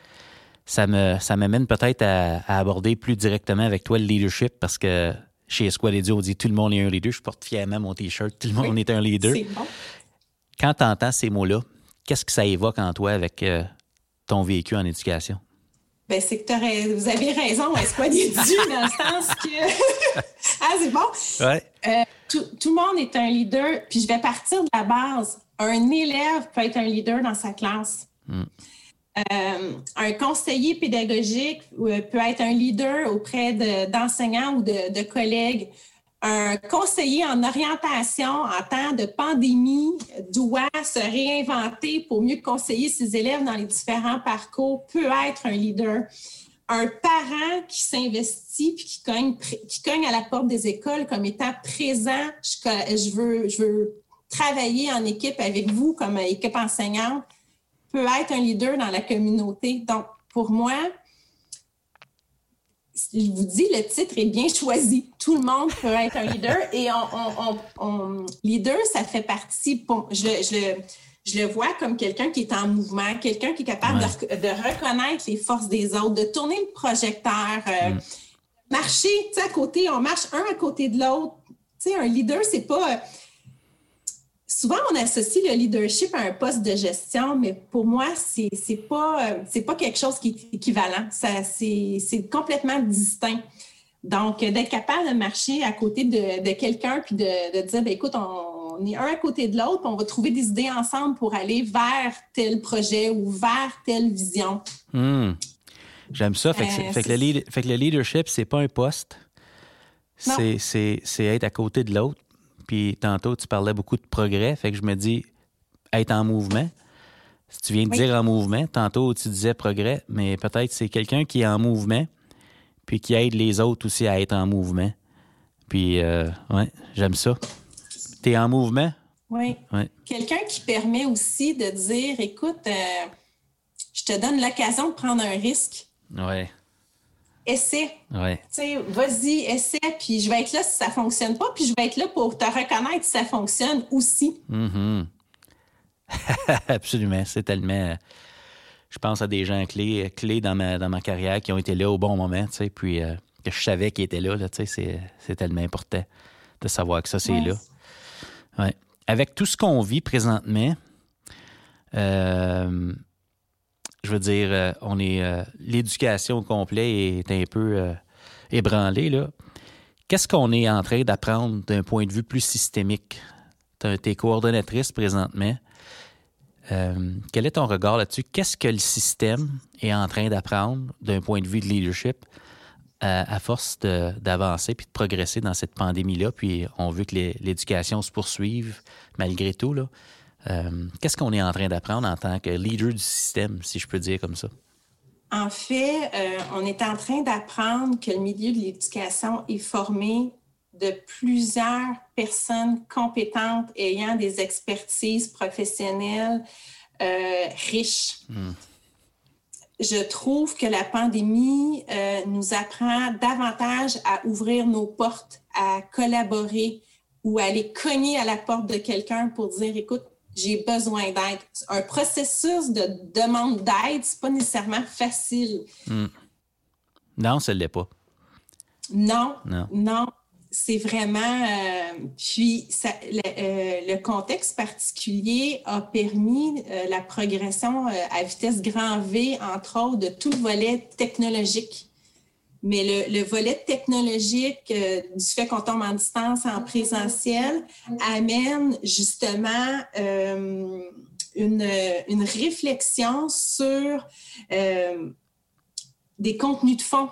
Ça me ça m'amène peut-être à, à aborder plus directement avec toi le leadership, parce que chez Squad Edu, on dit « tout le monde est un leader ». Je porte fièrement mon T-shirt « tout le monde oui, est un leader ». C'est bon. Quand tu entends ces mots-là, qu'est-ce que ça évoque en toi avec euh, ton vécu en éducation? Bien, c'est que t'aurais, vous avez raison, Squad Edu, dans le sens que... ah, c'est bon? Ouais. Euh, tout, tout le monde est un leader, puis je vais partir de la base. Un élève peut être un leader dans sa classe. Mm. Euh, un conseiller pédagogique peut être un leader auprès de, d'enseignants ou de, de collègues. Un conseiller en orientation en temps de pandémie doit se réinventer pour mieux conseiller ses élèves dans les différents parcours, peut être un leader. Un parent qui s'investit puis qui cogne, qui cogne à la porte des écoles comme étant présent, je, je, veux, je veux travailler en équipe avec vous comme équipe enseignante, peut être un leader dans la communauté. Donc, pour moi, je vous dis, le titre est bien choisi. Tout le monde peut être un leader. Et on, on, on, on leader, ça fait partie... Pour, je, je, je le vois comme quelqu'un qui est en mouvement, quelqu'un qui est capable ouais. de, de reconnaître les forces des autres, de tourner le projecteur, euh, mm. marcher, tu sais, à côté, on marche un à côté de l'autre. Tu sais, un leader, c'est pas... Souvent, on associe le leadership à un poste de gestion, mais pour moi, c'est, c'est pas, c'est pas quelque chose qui est équivalent. Ça, c'est, c'est complètement distinct. Donc, d'être capable de marcher à côté de, de quelqu'un puis de, de dire, bien, écoute, on, on est un à côté de l'autre, on va trouver des idées ensemble pour aller vers tel projet ou vers telle vision. Mmh. J'aime ça. Fait que, euh, fait, que le lead, fait que le leadership, c'est pas un poste. C'est, c'est, c'est être à côté de l'autre. Puis tantôt, tu parlais beaucoup de progrès. Fait que je me dis, être en mouvement. Si tu viens de oui. dire en mouvement, tantôt, tu disais progrès, mais peut-être c'est quelqu'un qui est en mouvement puis qui aide les autres aussi à être en mouvement. Puis, euh, ouais, j'aime ça. T'es en mouvement? Oui. Ouais. Quelqu'un qui permet aussi de dire, écoute, euh, je te donne l'occasion de prendre un risque. Oui. Essaie. Oui. Tu sais, vas-y, essaie, puis je vais être là si ça ne fonctionne pas, puis je vais être là pour te reconnaître si ça fonctionne aussi. Mm-hmm. Absolument. C'est tellement... Je pense à des gens clés, clés dans ma, dans ma carrière qui ont été là au bon moment, tu sais, puis euh, que je savais qu'ils étaient là, là tu sais, c'est, c'est tellement important de savoir que ça, c'est ouais. là. Ouais. Avec tout ce qu'on vit présentement, euh, je veux dire, euh, on est euh, l'éducation au complet est un peu euh, ébranlée, là. Qu'est-ce qu'on est en train d'apprendre d'un point de vue plus systémique? Tu es coordonnatrice présentement. Euh, quel est ton regard là-dessus? Qu'est-ce que le système est en train d'apprendre d'un point de vue de leadership à, à force de, d'avancer puis de progresser dans cette pandémie-là? Puis on veut que les, l'éducation se poursuive malgré tout, là. Euh, qu'est-ce qu'on est en train d'apprendre en tant que leader du système, si je peux dire comme ça? En fait, euh, on est en train d'apprendre que le milieu de l'éducation est formé de plusieurs personnes compétentes ayant des expertises professionnelles euh, riches. Mm. Je trouve que la pandémie euh, nous apprend davantage à ouvrir nos portes, à collaborer ou à aller cogner à la porte de quelqu'un pour dire, écoute, j'ai besoin d'aide. Un processus de demande d'aide, c'est pas nécessairement facile. Mm. Non, ça ne l'est pas. Non, non. non. C'est vraiment... Euh, puis, ça, le, euh, le contexte particulier a permis euh, la progression euh, à vitesse grand V, entre autres, de tout le volet technologique. Mais le, le volet technologique, euh, du fait qu'on tombe en distance, en présentiel, amène justement euh, une, une réflexion sur euh, des contenus de fond.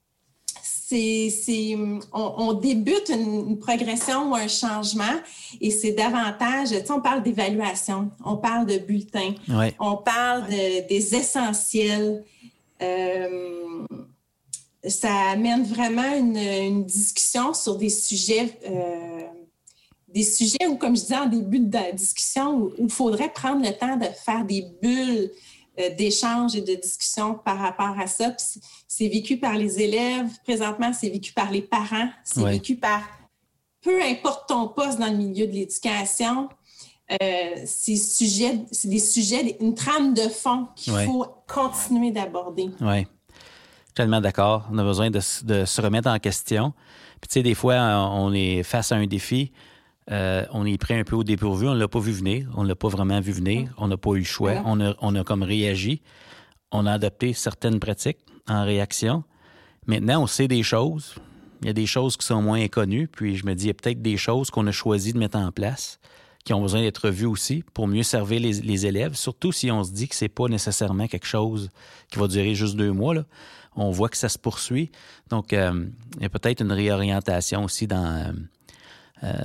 C'est, c'est, on, on débute une, une progression ou un changement et c'est davantage, tu sais, on parle d'évaluation, on parle de bulletins, ouais. on parle de, des essentiels. Euh, ça amène vraiment une, une discussion sur des sujets, euh, des sujets où, comme je disais en début de la discussion, où il faudrait prendre le temps de faire des bulles d'échanges et de discussions par rapport à ça. Puis c'est vécu par les élèves. Présentement, c'est vécu par les parents. C'est ouais. vécu par peu importe ton poste dans le milieu de l'éducation. Euh, c'est, sujet, c'est des sujets, une trame de fond qu'il ouais. faut continuer d'aborder. Oui, tellement d'accord. On a besoin de, de se remettre en question. Puis tu sais, des fois, on est face à un défi. Euh, on est pris un peu au dépourvu, on ne l'a pas vu venir, on ne l'a pas vraiment vu venir, on n'a pas eu le choix, ouais. on, a, on a comme réagi, on a adopté certaines pratiques en réaction. Maintenant, on sait des choses, il y a des choses qui sont moins connues, puis je me dis, il y a peut-être des choses qu'on a choisi de mettre en place, qui ont besoin d'être vues aussi pour mieux servir les, les élèves, surtout si on se dit que c'est pas nécessairement quelque chose qui va durer juste deux mois, là. On voit que ça se poursuit. Donc, euh, il y a peut-être une réorientation aussi dans... Euh, euh,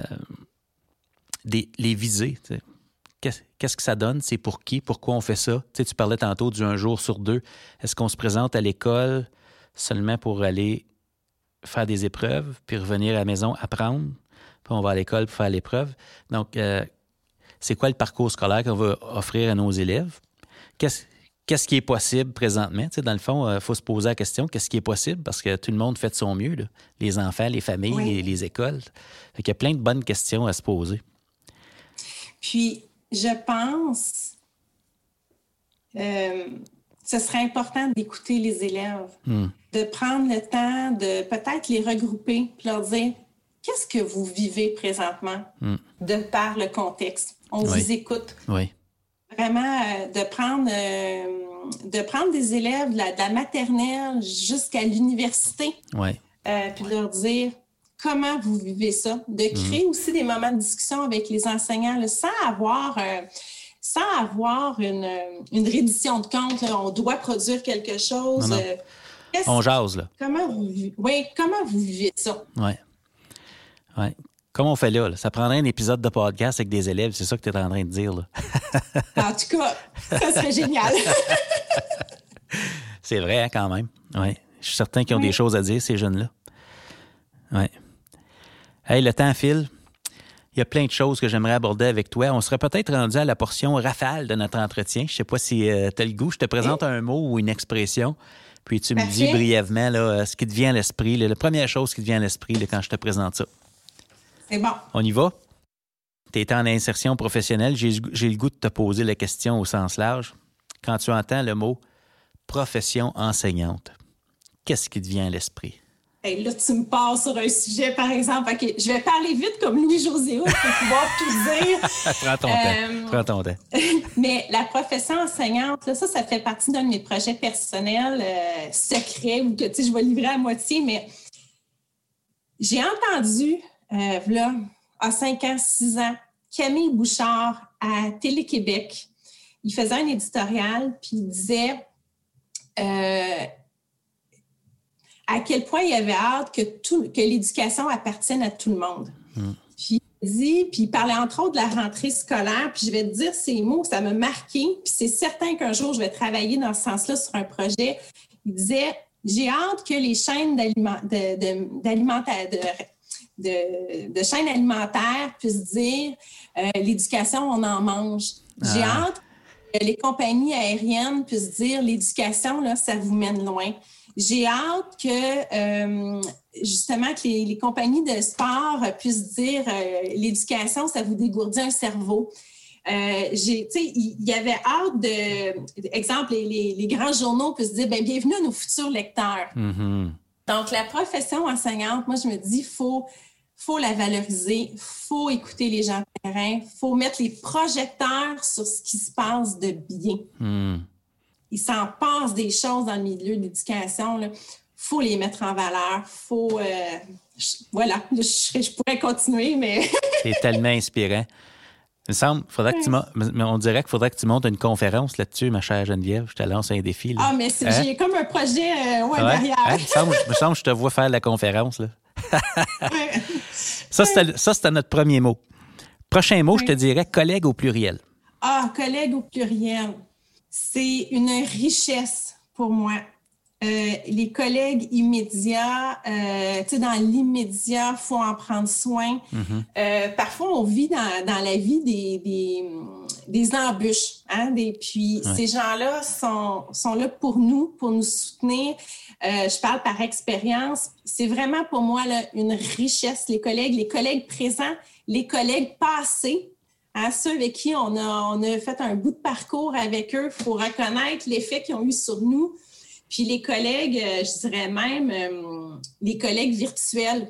Des, les visées. Qu'est-ce, qu'est-ce que ça donne? C'est pour qui? Pourquoi on fait ça? Tu sais, tu parlais tantôt du un jour sur deux. Est-ce qu'on se présente à l'école seulement pour aller faire des épreuves, puis revenir à la maison apprendre, puis on va à l'école pour faire l'épreuve? Donc, euh, c'est quoi le parcours scolaire qu'on va offrir à nos élèves? Qu'est-ce, qu'est-ce qui est possible présentement? Tu sais, dans le fond, il euh, faut se poser la question, qu'est-ce qui est possible? Parce que tout le monde fait de son mieux, là. Les enfants, les familles, oui. les, les écoles. Fait qu'il y a plein de bonnes questions à se poser. Puis, je pense euh, ce serait important d'écouter les élèves, mm. de prendre le temps de peut-être les regrouper puis leur dire qu'est-ce que vous vivez présentement mm. de par le contexte. On oui. vous écoute. Oui. Vraiment, euh, de prendre euh, de prendre des élèves de la, de la maternelle jusqu'à l'université oui. euh, puis de leur dire comment vous vivez ça, de créer mmh. aussi des moments de discussion avec les enseignants là, sans avoir... Euh, sans avoir une, une reddition de compte. Là. On doit produire quelque chose. Non, non. Euh, on jase, là. Comment vous, oui, comment vous vivez ça? Oui. Oui. Comme on fait là, là, ça prendrait un épisode de podcast avec des élèves, c'est ça que tu es en train de dire. Là. En tout cas, ça serait génial. C'est vrai, hein, quand même. Oui. Je suis certain qu'ils ont oui. des choses à dire, ces jeunes-là. Oui. Hey, le temps file. Il y a plein de choses que j'aimerais aborder avec toi. On serait peut-être rendu à la portion rafale de notre entretien. Je ne sais pas si euh, tu as le goût. Je te présente oui. un mot ou une expression, puis tu Parfait. me dis brièvement là, ce qui te vient à l'esprit, là, la première chose qui te vient à l'esprit là, quand je te présente ça. C'est bon. On y va? Tu es en insertion professionnelle. J'ai, j'ai le goût de te poser la question au sens large. Quand tu entends le mot « profession enseignante », qu'est-ce qui te vient à l'esprit? Hey, là, tu me passes sur un sujet, par exemple. OK, je vais parler vite comme Louis-José Hood pour pouvoir tout dire. Prends ton euh, temps. Prends ton temps. Mais la profession enseignante, là, ça, ça fait partie d'un de mes projets personnels euh, secrets ou que, tu sais, je vais livrer à moitié, mais j'ai entendu, euh, là, à cinq ans, six ans, Camille Bouchard à Télé-Québec. Il faisait un éditorial, puis il disait... Euh, à quel point il avait hâte que, tout, que l'éducation appartienne à tout le monde. Mmh. Puis il dit, puis il parlait entre autres de la rentrée scolaire, puis je vais te dire ces mots, ça m'a marqué, puis c'est certain qu'un jour, je vais travailler dans ce sens-là sur un projet. Il disait, j'ai hâte que les chaînes d'aliment, de, de, d'alimentaire, de, de, de chaînes alimentaires puissent dire, euh, l'éducation, on en mange. Ah. J'ai hâte que les compagnies aériennes puissent dire, l'éducation, là, ça vous mène loin. J'ai hâte que, euh, justement, que les, les compagnies de sport puissent dire euh, l'éducation, ça vous dégourdit un cerveau. Euh, j'ai, tu sais, il y, y avait hâte de, exemple, les, les, les grands journaux puissent dire ben, bienvenue à nos futurs lecteurs. Mm-hmm. Donc, la profession enseignante, moi, je me dis, il faut, faut la valoriser, il faut écouter les gens de terrain, il faut mettre les projecteurs sur ce qui se passe de bien. Mm. Il s'en passe des choses dans le milieu de l'éducation. Il faut les mettre en valeur. Faut, euh, je, voilà, je, je pourrais continuer, mais... C'est tellement inspirant. Il me semble, faudrait que tu montes, on dirait qu'il faudrait que tu montes une conférence là-dessus, ma chère Geneviève. Je te lance un défi. Là. Ah, mais c'est, hein? J'ai comme un projet euh, ouais, ouais, derrière. Hein? Il me semble, il me semble que je te vois faire la conférence. Là. ouais. ça, c'était, ça, c'était notre premier mot. Prochain mot, ouais. je te dirais collègue au pluriel. Ah, collègue au pluriel. C'est une richesse pour moi. Euh, les collègues immédiats, euh, tu sais, dans l'immédiat, il faut en prendre soin. Mm-hmm. Euh, parfois, on vit dans, dans la vie des, des, des embûches. Hein, des, puis, ouais. ces gens-là sont, sont là pour nous, pour nous soutenir. Euh, je parle par expérience. C'est vraiment pour moi là, une richesse, les collègues, les collègues présents, les collègues passés. À ceux avec qui on a, on a fait un bout de parcours avec eux pour reconnaître l'effet qu'ils ont eu sur nous. Puis les collègues, je dirais même, euh, les collègues virtuels,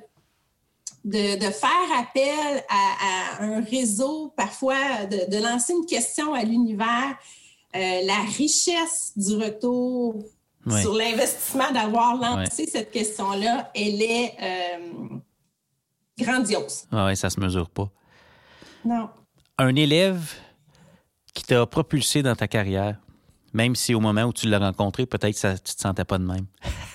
de, de faire appel à, à un réseau, parfois de, de lancer une question à l'univers, euh, la richesse du retour oui. sur l'investissement d'avoir lancé oui. cette question-là, elle est euh, grandiose. Ah oui, ça se mesure pas. Non. Un élève qui t'a propulsé dans ta carrière, même si au moment où tu l'as rencontré, peut-être que ça, tu ne te sentais pas de même.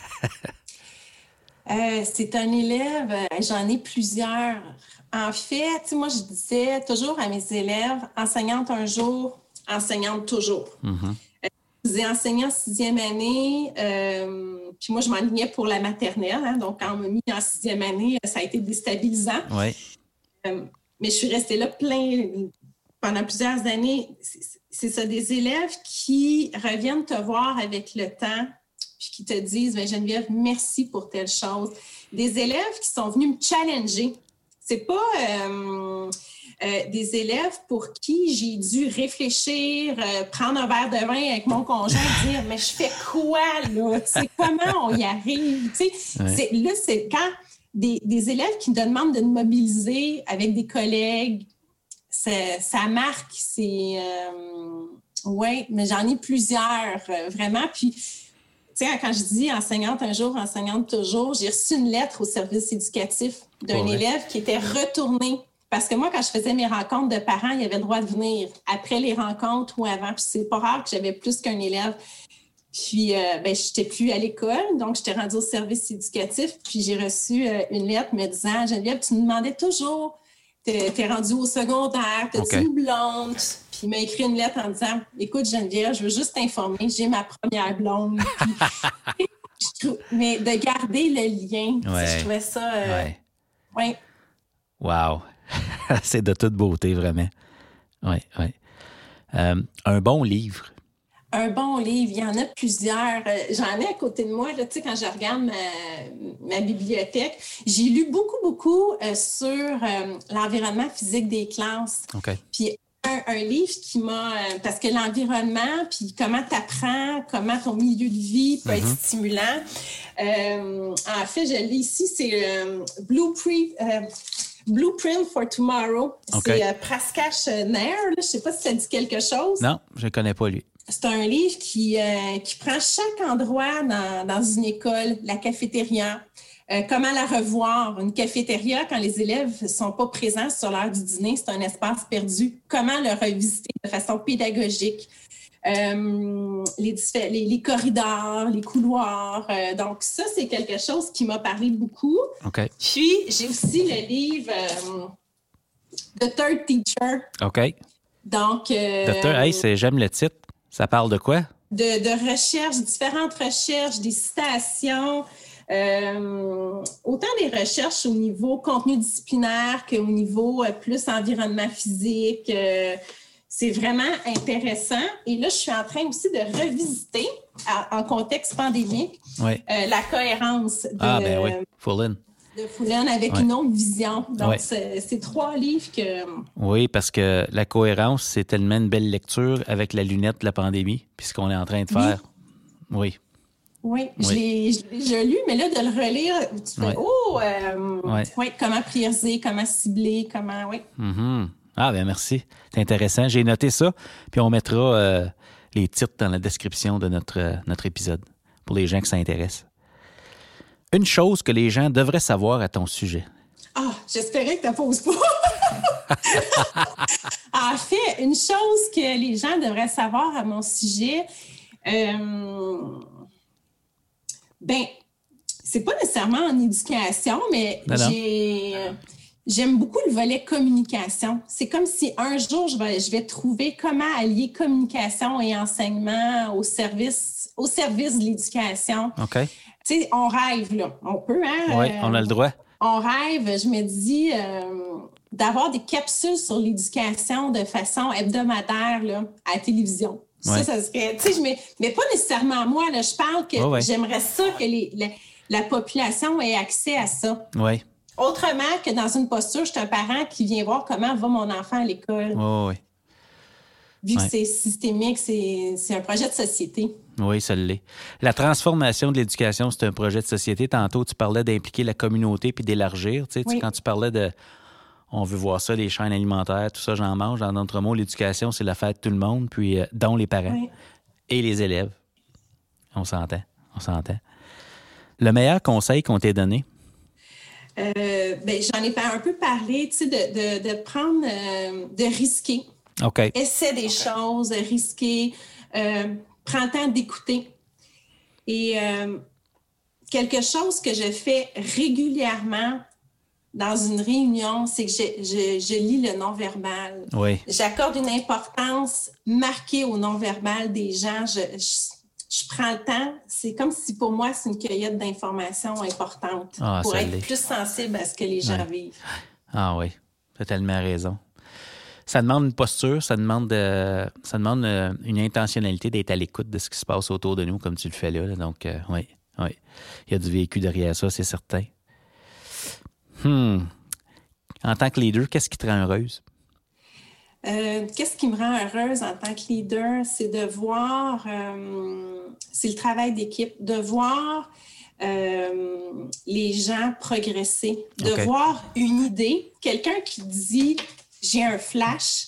euh, c'est un élève, j'en ai plusieurs. En fait, moi, je disais toujours à mes élèves, enseignante un jour, enseignante toujours. Mm-hmm. Euh, je disais enseignant en sixième année, euh, puis moi, je m'enlignais pour la maternelle. Hein, donc, quand on m'a mis en sixième année, ça a été déstabilisant. Oui. Euh, Mais je suis restée là plein pendant plusieurs années. C'est, c'est ça, des élèves qui reviennent te voir avec le temps puis qui te disent ben, « Geneviève, merci pour telle chose ». Des élèves qui sont venus me challenger. C'est pas euh, euh, des élèves pour qui j'ai dû réfléchir, euh, prendre un verre de vin avec mon conjoint et dire « Mais je fais quoi, là? C'est comment on y arrive? » Tu sais, ouais. c'est, là, c'est quand... Des, des élèves qui te demandent de te mobiliser avec des collègues, ça, ça marque, c'est... Euh, oui, mais j'en ai plusieurs, euh, vraiment. Puis, tu tu sais, quand je dis enseignante un jour, enseignante toujours, j'ai reçu une lettre au service éducatif d'un ouais. élève qui était retourné. Parce que moi, quand je faisais mes rencontres de parents, il y avait le droit de venir après les rencontres ou avant. Puis c'est pas rare que j'avais plus qu'un élève. Puis, euh, ben, je n'étais plus à l'école, donc j'étais rendue au service éducatif. Puis j'ai reçu euh, une lettre me disant « Geneviève, tu me demandais toujours, t'es, t'es rendue au secondaire, t'as-tu okay. une blonde? » Puis il m'a écrit une lettre en disant « Écoute, Geneviève, je veux juste t'informer, j'ai ma première blonde. » Puis, mais de garder le lien, ouais. je trouvais ça... Euh, ouais. ouais. Wow! C'est de toute beauté, vraiment. Oui, oui. Euh, un bon livre. Un bon livre, il y en a plusieurs. J'en ai à côté de moi, là, tu sais, quand je regarde ma, ma bibliothèque. J'ai lu beaucoup, beaucoup euh, sur euh, l'environnement physique des classes. OK. Puis un, un livre qui m'a... Euh, parce que l'environnement, puis comment tu apprends, comment ton milieu de vie peut mm-hmm. être stimulant. Euh, en fait, je lis ici, c'est euh, Blueprint... Euh, Blueprint for Tomorrow. Okay. C'est euh, Prakash Nair. Là. Je ne sais pas si ça dit quelque chose. Non, je ne connais pas lui. C'est un livre qui, euh, qui prend chaque endroit dans, dans une école, la cafétéria, euh, comment la revoir. Une cafétéria, quand les élèves ne sont pas présents sur l'heure du dîner, c'est un espace perdu. Comment le revisiter de façon pédagogique. Euh, les, les, les corridors, les couloirs. Euh, donc, ça, c'est quelque chose qui m'a parlé beaucoup. Okay. Puis, j'ai aussi le livre euh, The Third Teacher. OK. Donc... Euh, The Third, hey, c'est, j'aime le titre. Ça parle de quoi? De, de recherches, différentes recherches, des citations. Euh, autant des recherches au niveau contenu disciplinaire qu'au niveau euh, plus environnement physique. Euh, C'est vraiment intéressant. Et là, je suis en train aussi de revisiter, à, en contexte pandémique, oui. euh, la cohérence de, ah, ben oui. Fullen. de Fullen avec oui. une autre vision. Donc, oui. c'est, c'est trois livres que... Oui, parce que la cohérence, c'est tellement une belle lecture avec la lunette de la pandémie, puis ce qu'on est en train de faire. Oui. Oui, oui. Je, l'ai, je l'ai déjà lu, mais là, de le relire, tu fais oui. « Oh! Euh, oui. oui, comment prioriser, comment cibler, comment... » Oui. Mm-hmm. Ah, bien, merci. C'est intéressant. J'ai noté ça, puis on mettra euh, les titres dans la description de notre, euh, notre épisode pour les gens qui s'intéressent. Une chose que les gens devraient savoir à ton sujet. Ah, j'espérais que tu ne poses pas. En fait, une chose que les gens devraient savoir à mon sujet, euh, ben, c'est pas nécessairement en éducation, mais non, j'ai... Non. J'aime beaucoup le volet communication. C'est comme si un jour, je vais, je vais trouver comment allier communication et enseignement au service, au service de l'éducation. OK. Tu sais, on rêve, là. On peut, hein? Oui, on a le droit. On rêve, je me dis, euh, d'avoir des capsules sur l'éducation de façon hebdomadaire, là, à la télévision. Ouais. Ça, ça serait... Tu sais, je mets, mais pas nécessairement moi, là. Je parle que oh, ouais. j'aimerais ça que les, la, la population ait accès à ça. Oui. Autrement que dans une posture, je suis un parent qui vient voir comment va mon enfant à l'école. Oh, oui. Vu ouais. que c'est systémique, c'est, c'est un projet de société. Oui, ça l'est. La transformation de l'éducation, c'est un projet de société. Tantôt, tu parlais d'impliquer la communauté puis d'élargir. Tu sais, oui. Quand tu parlais de... On veut voir ça, les chaînes alimentaires, tout ça, j'en mange. En d'autres mots, l'éducation, c'est l'affaire de tout le monde, puis euh, dont les parents oui. et les élèves. On s'entend. On s'entend. Le meilleur conseil qu'on t'ait donné? Euh, ben, j'en ai un peu parlé, tu sais, de, de, de prendre, euh, de risquer. OK. Essaie des choses, risquer, euh, prends le temps d'écouter. Et euh, quelque chose que je fais régulièrement dans une réunion, c'est que je, je, je lis le non-verbal. Oui. J'accorde une importance marquée au non-verbal des gens. Je, je, Je prends le temps. C'est comme si pour moi, c'est une cueillette d'informations importantes ah, pour être l'est. plus sensible à ce que les gens ouais. vivent. Ah oui, tu as tellement raison. Ça demande une posture, ça demande, de, ça demande une intentionnalité d'être à l'écoute de ce qui se passe autour de nous, comme tu le fais là. là. Donc, euh, oui, oui. Il y a du vécu derrière ça, c'est certain. Hmm. En tant que leader, qu'est-ce qui te rend heureuse? Euh, qu'est-ce qui me rend heureuse en tant que leader? C'est de voir, euh, c'est le travail d'équipe, de voir euh, les gens progresser, de okay. voir une idée, quelqu'un qui dit « j'ai un flash »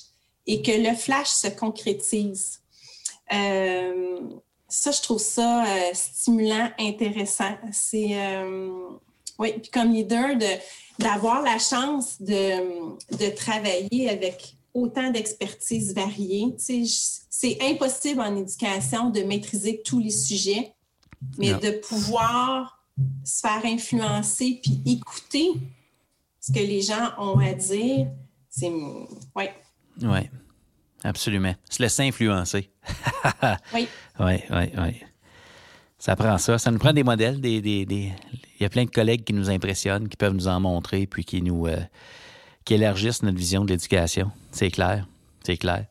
et que le flash se concrétise. Euh, Ça, je trouve ça euh, stimulant, intéressant. C'est, euh, oui, puis comme leader, de, d'avoir la chance de, de travailler avec autant d'expertises variées. Tu sais, c'est impossible en éducation de maîtriser tous les sujets, mais non. de pouvoir se faire influencer puis écouter ce que les gens ont à dire, c'est... Oui. Oui, absolument. Se laisser influencer. Oui. Oui, oui, oui. Ça prend ça. Ça nous prend des modèles. Des, des, des... Il y a plein de collègues qui nous impressionnent, qui peuvent nous en montrer, puis qui nous euh, qui élargissent notre vision de l'éducation. C'est clair. C'est clair.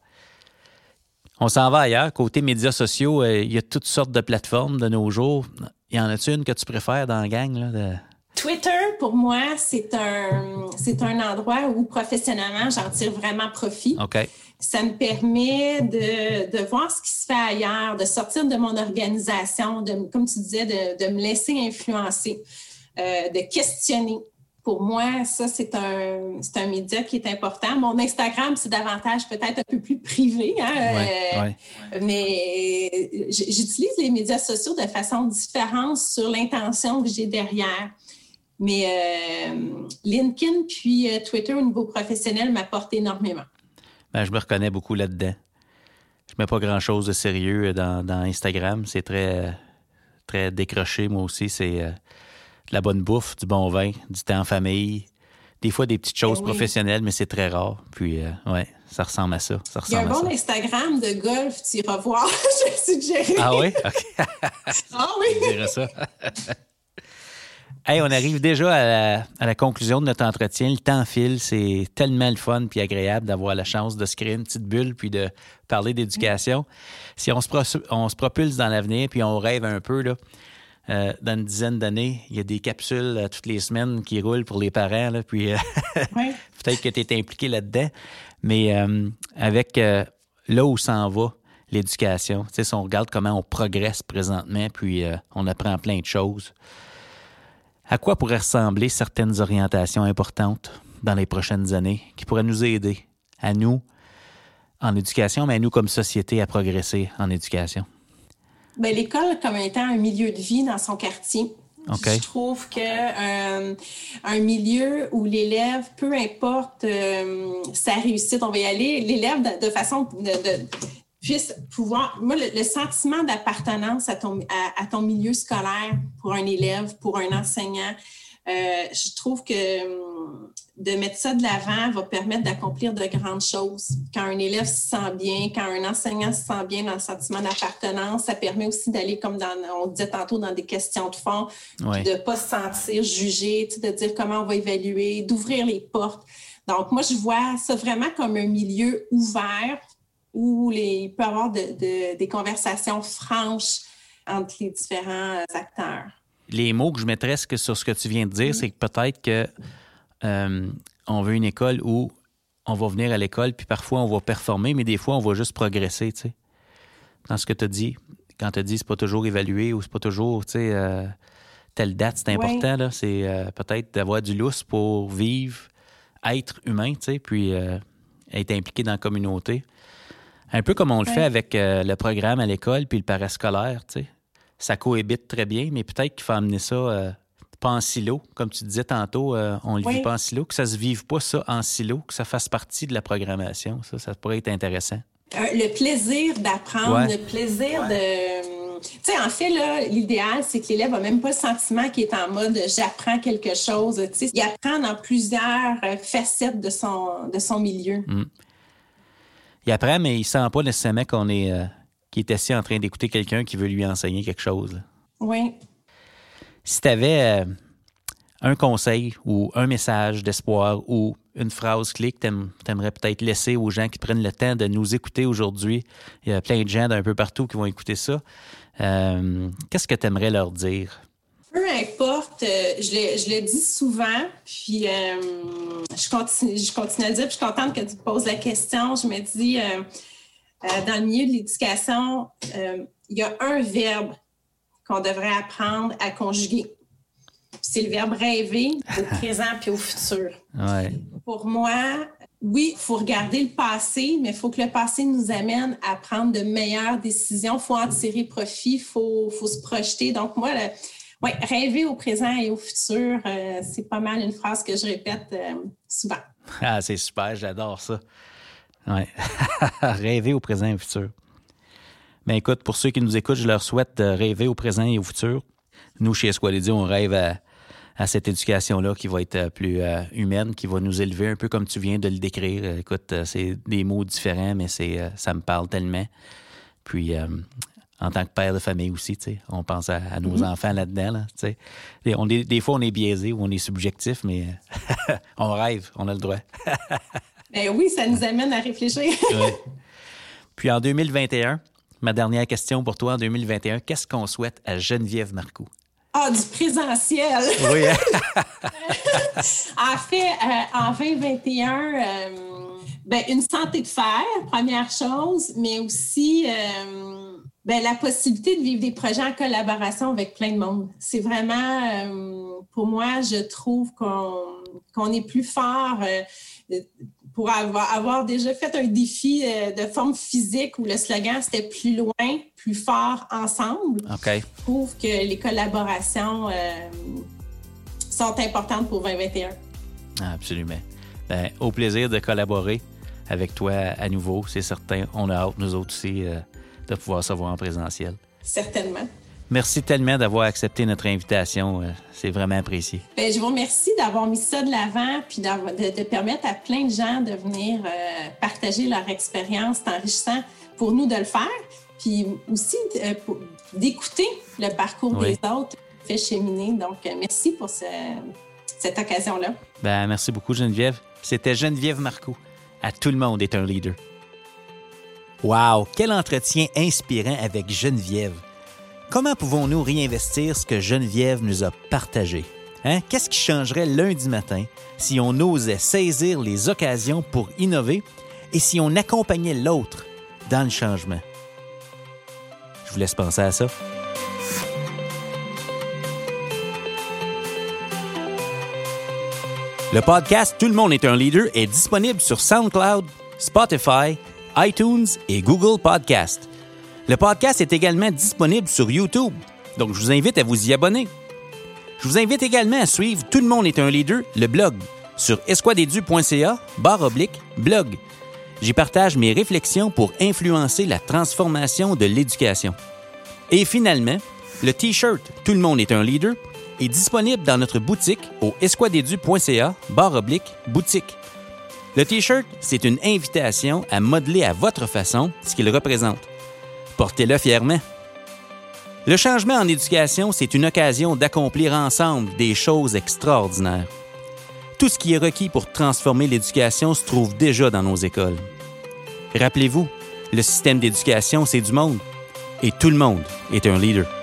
On s'en va ailleurs. Côté médias sociaux, euh, il y a toutes sortes de plateformes de nos jours. Y en a-tu une que tu préfères dans la gang, là? De... Twitter, pour moi, c'est un, c'est un endroit où, professionnellement, j'en tire vraiment profit. OK. Ça me permet de, de voir ce qui se fait ailleurs, de sortir de mon organisation, de, comme tu disais, de, de me laisser influencer, euh, de questionner. Pour moi, ça, c'est un, c'est un média qui est important. Mon Instagram, c'est davantage peut-être un peu plus privé, hein, ouais, euh, ouais. mais j'utilise les médias sociaux de façon différente sur l'intention que j'ai derrière. Mais euh, LinkedIn puis euh, Twitter au niveau professionnel m'apportent énormément. Ben, je me reconnais beaucoup là-dedans. Je mets pas grand-chose de sérieux dans, dans Instagram. C'est très, très décroché, moi aussi. C'est... Euh... de la bonne bouffe, du bon vin, du temps en famille, des fois des petites choses oui. professionnelles, mais c'est très rare. Puis, euh, ouais, ça ressemble à ça. ça ressemble Il y a un bon ça. Instagram de golf, tu iras voir, je vais suggérer. Ah oui? OK. Ah oui? Je dirais ça. Hey, on arrive déjà à la, à la conclusion de notre entretien. Le temps file, c'est tellement le fun puis agréable d'avoir la chance de se créer une petite bulle puis de parler d'éducation. Si on se, pro- on se propulse dans l'avenir puis on rêve un peu, là, Euh, dans une dizaine d'années, il y a des capsules euh, toutes les semaines qui roulent pour les parents, là, puis euh, oui. peut-être que tu es impliqué là-dedans, mais euh, avec euh, là où s'en va l'éducation, tu sais, si on regarde comment on progresse présentement, puis euh, on apprend plein de choses, à quoi pourraient ressembler certaines orientations importantes dans les prochaines années qui pourraient nous aider, à nous, en éducation, mais à nous comme société, à progresser en éducation? Bien, l'école comme étant un milieu de vie dans son quartier. Okay. Je trouve que euh, un milieu où l'élève, peu importe euh, sa réussite, on va y aller, l'élève de, de façon de, de puisse pouvoir... Moi, le, le sentiment d'appartenance à ton, à, à ton milieu scolaire pour un élève, pour un enseignant, euh, je trouve que de mettre ça de l'avant va permettre d'accomplir de grandes choses. Quand un élève se sent bien, quand un enseignant se sent bien dans le sentiment d'appartenance, ça permet aussi d'aller, comme dans, on disait tantôt, dans des questions de fond, ouais. de ne pas se sentir jugé, de dire comment on va évaluer, d'ouvrir les portes. Donc, moi, je vois ça vraiment comme un milieu ouvert où les, il peut y avoir de, de, des conversations franches entre les différents acteurs. Les mots que je mettrais sur ce que tu viens de dire, mmh. c'est que peut-être que euh, on veut une école où on va venir à l'école, puis parfois on va performer, mais des fois on va juste progresser, tu sais. Dans ce que tu as dit, quand tu as dit c'est pas toujours évalué ou c'est pas toujours, tu sais, euh, telle date, c'est important, oui. là. C'est euh, peut-être d'avoir du lousse pour vivre, être humain, tu sais, puis euh, être impliqué dans la communauté. Un peu comme on le oui. fait avec euh, le programme à l'école puis le parascolaire, tu sais. Ça cohabite très bien, mais peut-être qu'il faut amener ça euh, pas en silo. Comme tu disais tantôt, euh, on ne le oui. vit pas en silo, que ça ne se vive pas ça en silo, que ça fasse partie de la programmation. Ça, ça pourrait être intéressant. Euh, le plaisir d'apprendre, ouais. le plaisir ouais. de... Tu sais, en fait, là, l'idéal, c'est que l'élève n'a même pas le sentiment qu'il est en mode « j'apprends quelque chose ». Tu sais, il apprend dans plusieurs facettes de son, de son milieu. Mm. Il apprend, mais il ne sent pas nécessairement qu'on est... Euh... qui est assis en train d'écouter quelqu'un qui veut lui enseigner quelque chose. Là. Oui. Si tu avais euh, un conseil ou un message d'espoir ou une phrase clé que tu aimerais peut-être laisser aux gens qui prennent le temps de nous écouter aujourd'hui, il y a plein de gens d'un peu partout qui vont écouter ça, euh, qu'est-ce que tu aimerais leur dire? Peu importe, euh, je, le, je le dis souvent, puis euh, je, continue, je continue à le dire, puis je suis contente que tu me poses la question. Je me dis... Euh, Euh, dans le milieu de l'éducation, euh, il y a un verbe qu'on devrait apprendre à conjuguer. C'est le verbe rêver au présent puis au futur. Ouais. Pour moi, oui, il faut regarder le passé, mais il faut que le passé nous amène à prendre de meilleures décisions. Il faut en tirer profit, il faut, faut se projeter. Donc, moi, le, ouais, rêver au présent et au futur, euh, c'est pas mal une phrase que je répète euh, souvent. Ah, c'est super, j'adore ça. Ouais. Rêver au présent et au futur. Mais écoute, pour ceux qui nous écoutent, je leur souhaite de rêver au présent et au futur. Nous, chez Esqualidi, on rêve à, à cette éducation-là qui va être plus euh, humaine, qui va nous élever un peu comme tu viens de le décrire. Écoute, c'est des mots différents, mais c'est euh, ça me parle tellement. Puis, euh, en tant que père de famille aussi, tu sais, on pense à, à nos mm-hmm. enfants là-dedans. Là, tu sais. On est, des fois, on est biaisé ou on est subjectif, mais on rêve, on a le droit. Ben oui, ça nous amène à réfléchir. Ouais. Puis en deux mille vingt et un, ma dernière question pour toi en deux mille vingt et un, qu'est-ce qu'on souhaite à Geneviève Marcoux? Ah, du présentiel! Oui, hein? En fait, euh, en vingt vingt et un, euh, ben, une santé de fer, première chose, mais aussi euh, ben, la possibilité de vivre des projets en collaboration avec plein de monde. C'est vraiment, euh, pour moi, je trouve qu'on, qu'on est plus fort euh, pour avoir, avoir déjà fait un défi euh, de forme physique où le slogan, c'était « Plus loin, plus fort, ensemble ». Okay. Je trouve que les collaborations euh, sont importantes pour vingt vingt et un. Ah, absolument. Ben, au plaisir de collaborer avec toi à nouveau, c'est certain. On a hâte, nous autres aussi, euh, de pouvoir se voir en présentiel. Certainement. Merci tellement d'avoir accepté notre invitation. C'est vraiment apprécié. Bien, je vous remercie d'avoir mis ça de l'avant puis de, de permettre à plein de gens de venir euh, partager leur expérience. C'est enrichissant pour nous de le faire. Puis aussi euh, pour, d'écouter le parcours oui. des autres fait cheminer. Donc, euh, merci pour ce, cette occasion-là. Ben, merci beaucoup, Geneviève. C'était Geneviève Marcoux. À tout le monde est un leader. Wow! Quel entretien inspirant avec Geneviève. Comment pouvons-nous réinvestir ce que Geneviève nous a partagé? Hein? Qu'est-ce qui changerait lundi matin si on osait saisir les occasions pour innover et si on accompagnait l'autre dans le changement? Je vous laisse penser à ça. Le podcast Tout le monde est un leader est disponible sur SoundCloud, Spotify, iTunes et Google Podcast. Le podcast est également disponible sur YouTube, donc je vous invite à vous y abonner. Je vous invite également à suivre Tout le monde est un leader, le blog, sur esquadedu.ca, barre oblique, blog. J'y partage mes réflexions pour influencer la transformation de l'éducation. Et finalement, le T-shirt Tout le monde est un leader est disponible dans notre boutique au esquadedu.ca, barre oblique, boutique. Le T-shirt, c'est une invitation à modeler à votre façon ce qu'il représente. Portez-le fièrement. Le changement en éducation, c'est une occasion d'accomplir ensemble des choses extraordinaires. Tout ce qui est requis pour transformer l'éducation se trouve déjà dans nos écoles. Rappelez-vous, le système d'éducation, c'est du monde. Et tout le monde est un leader.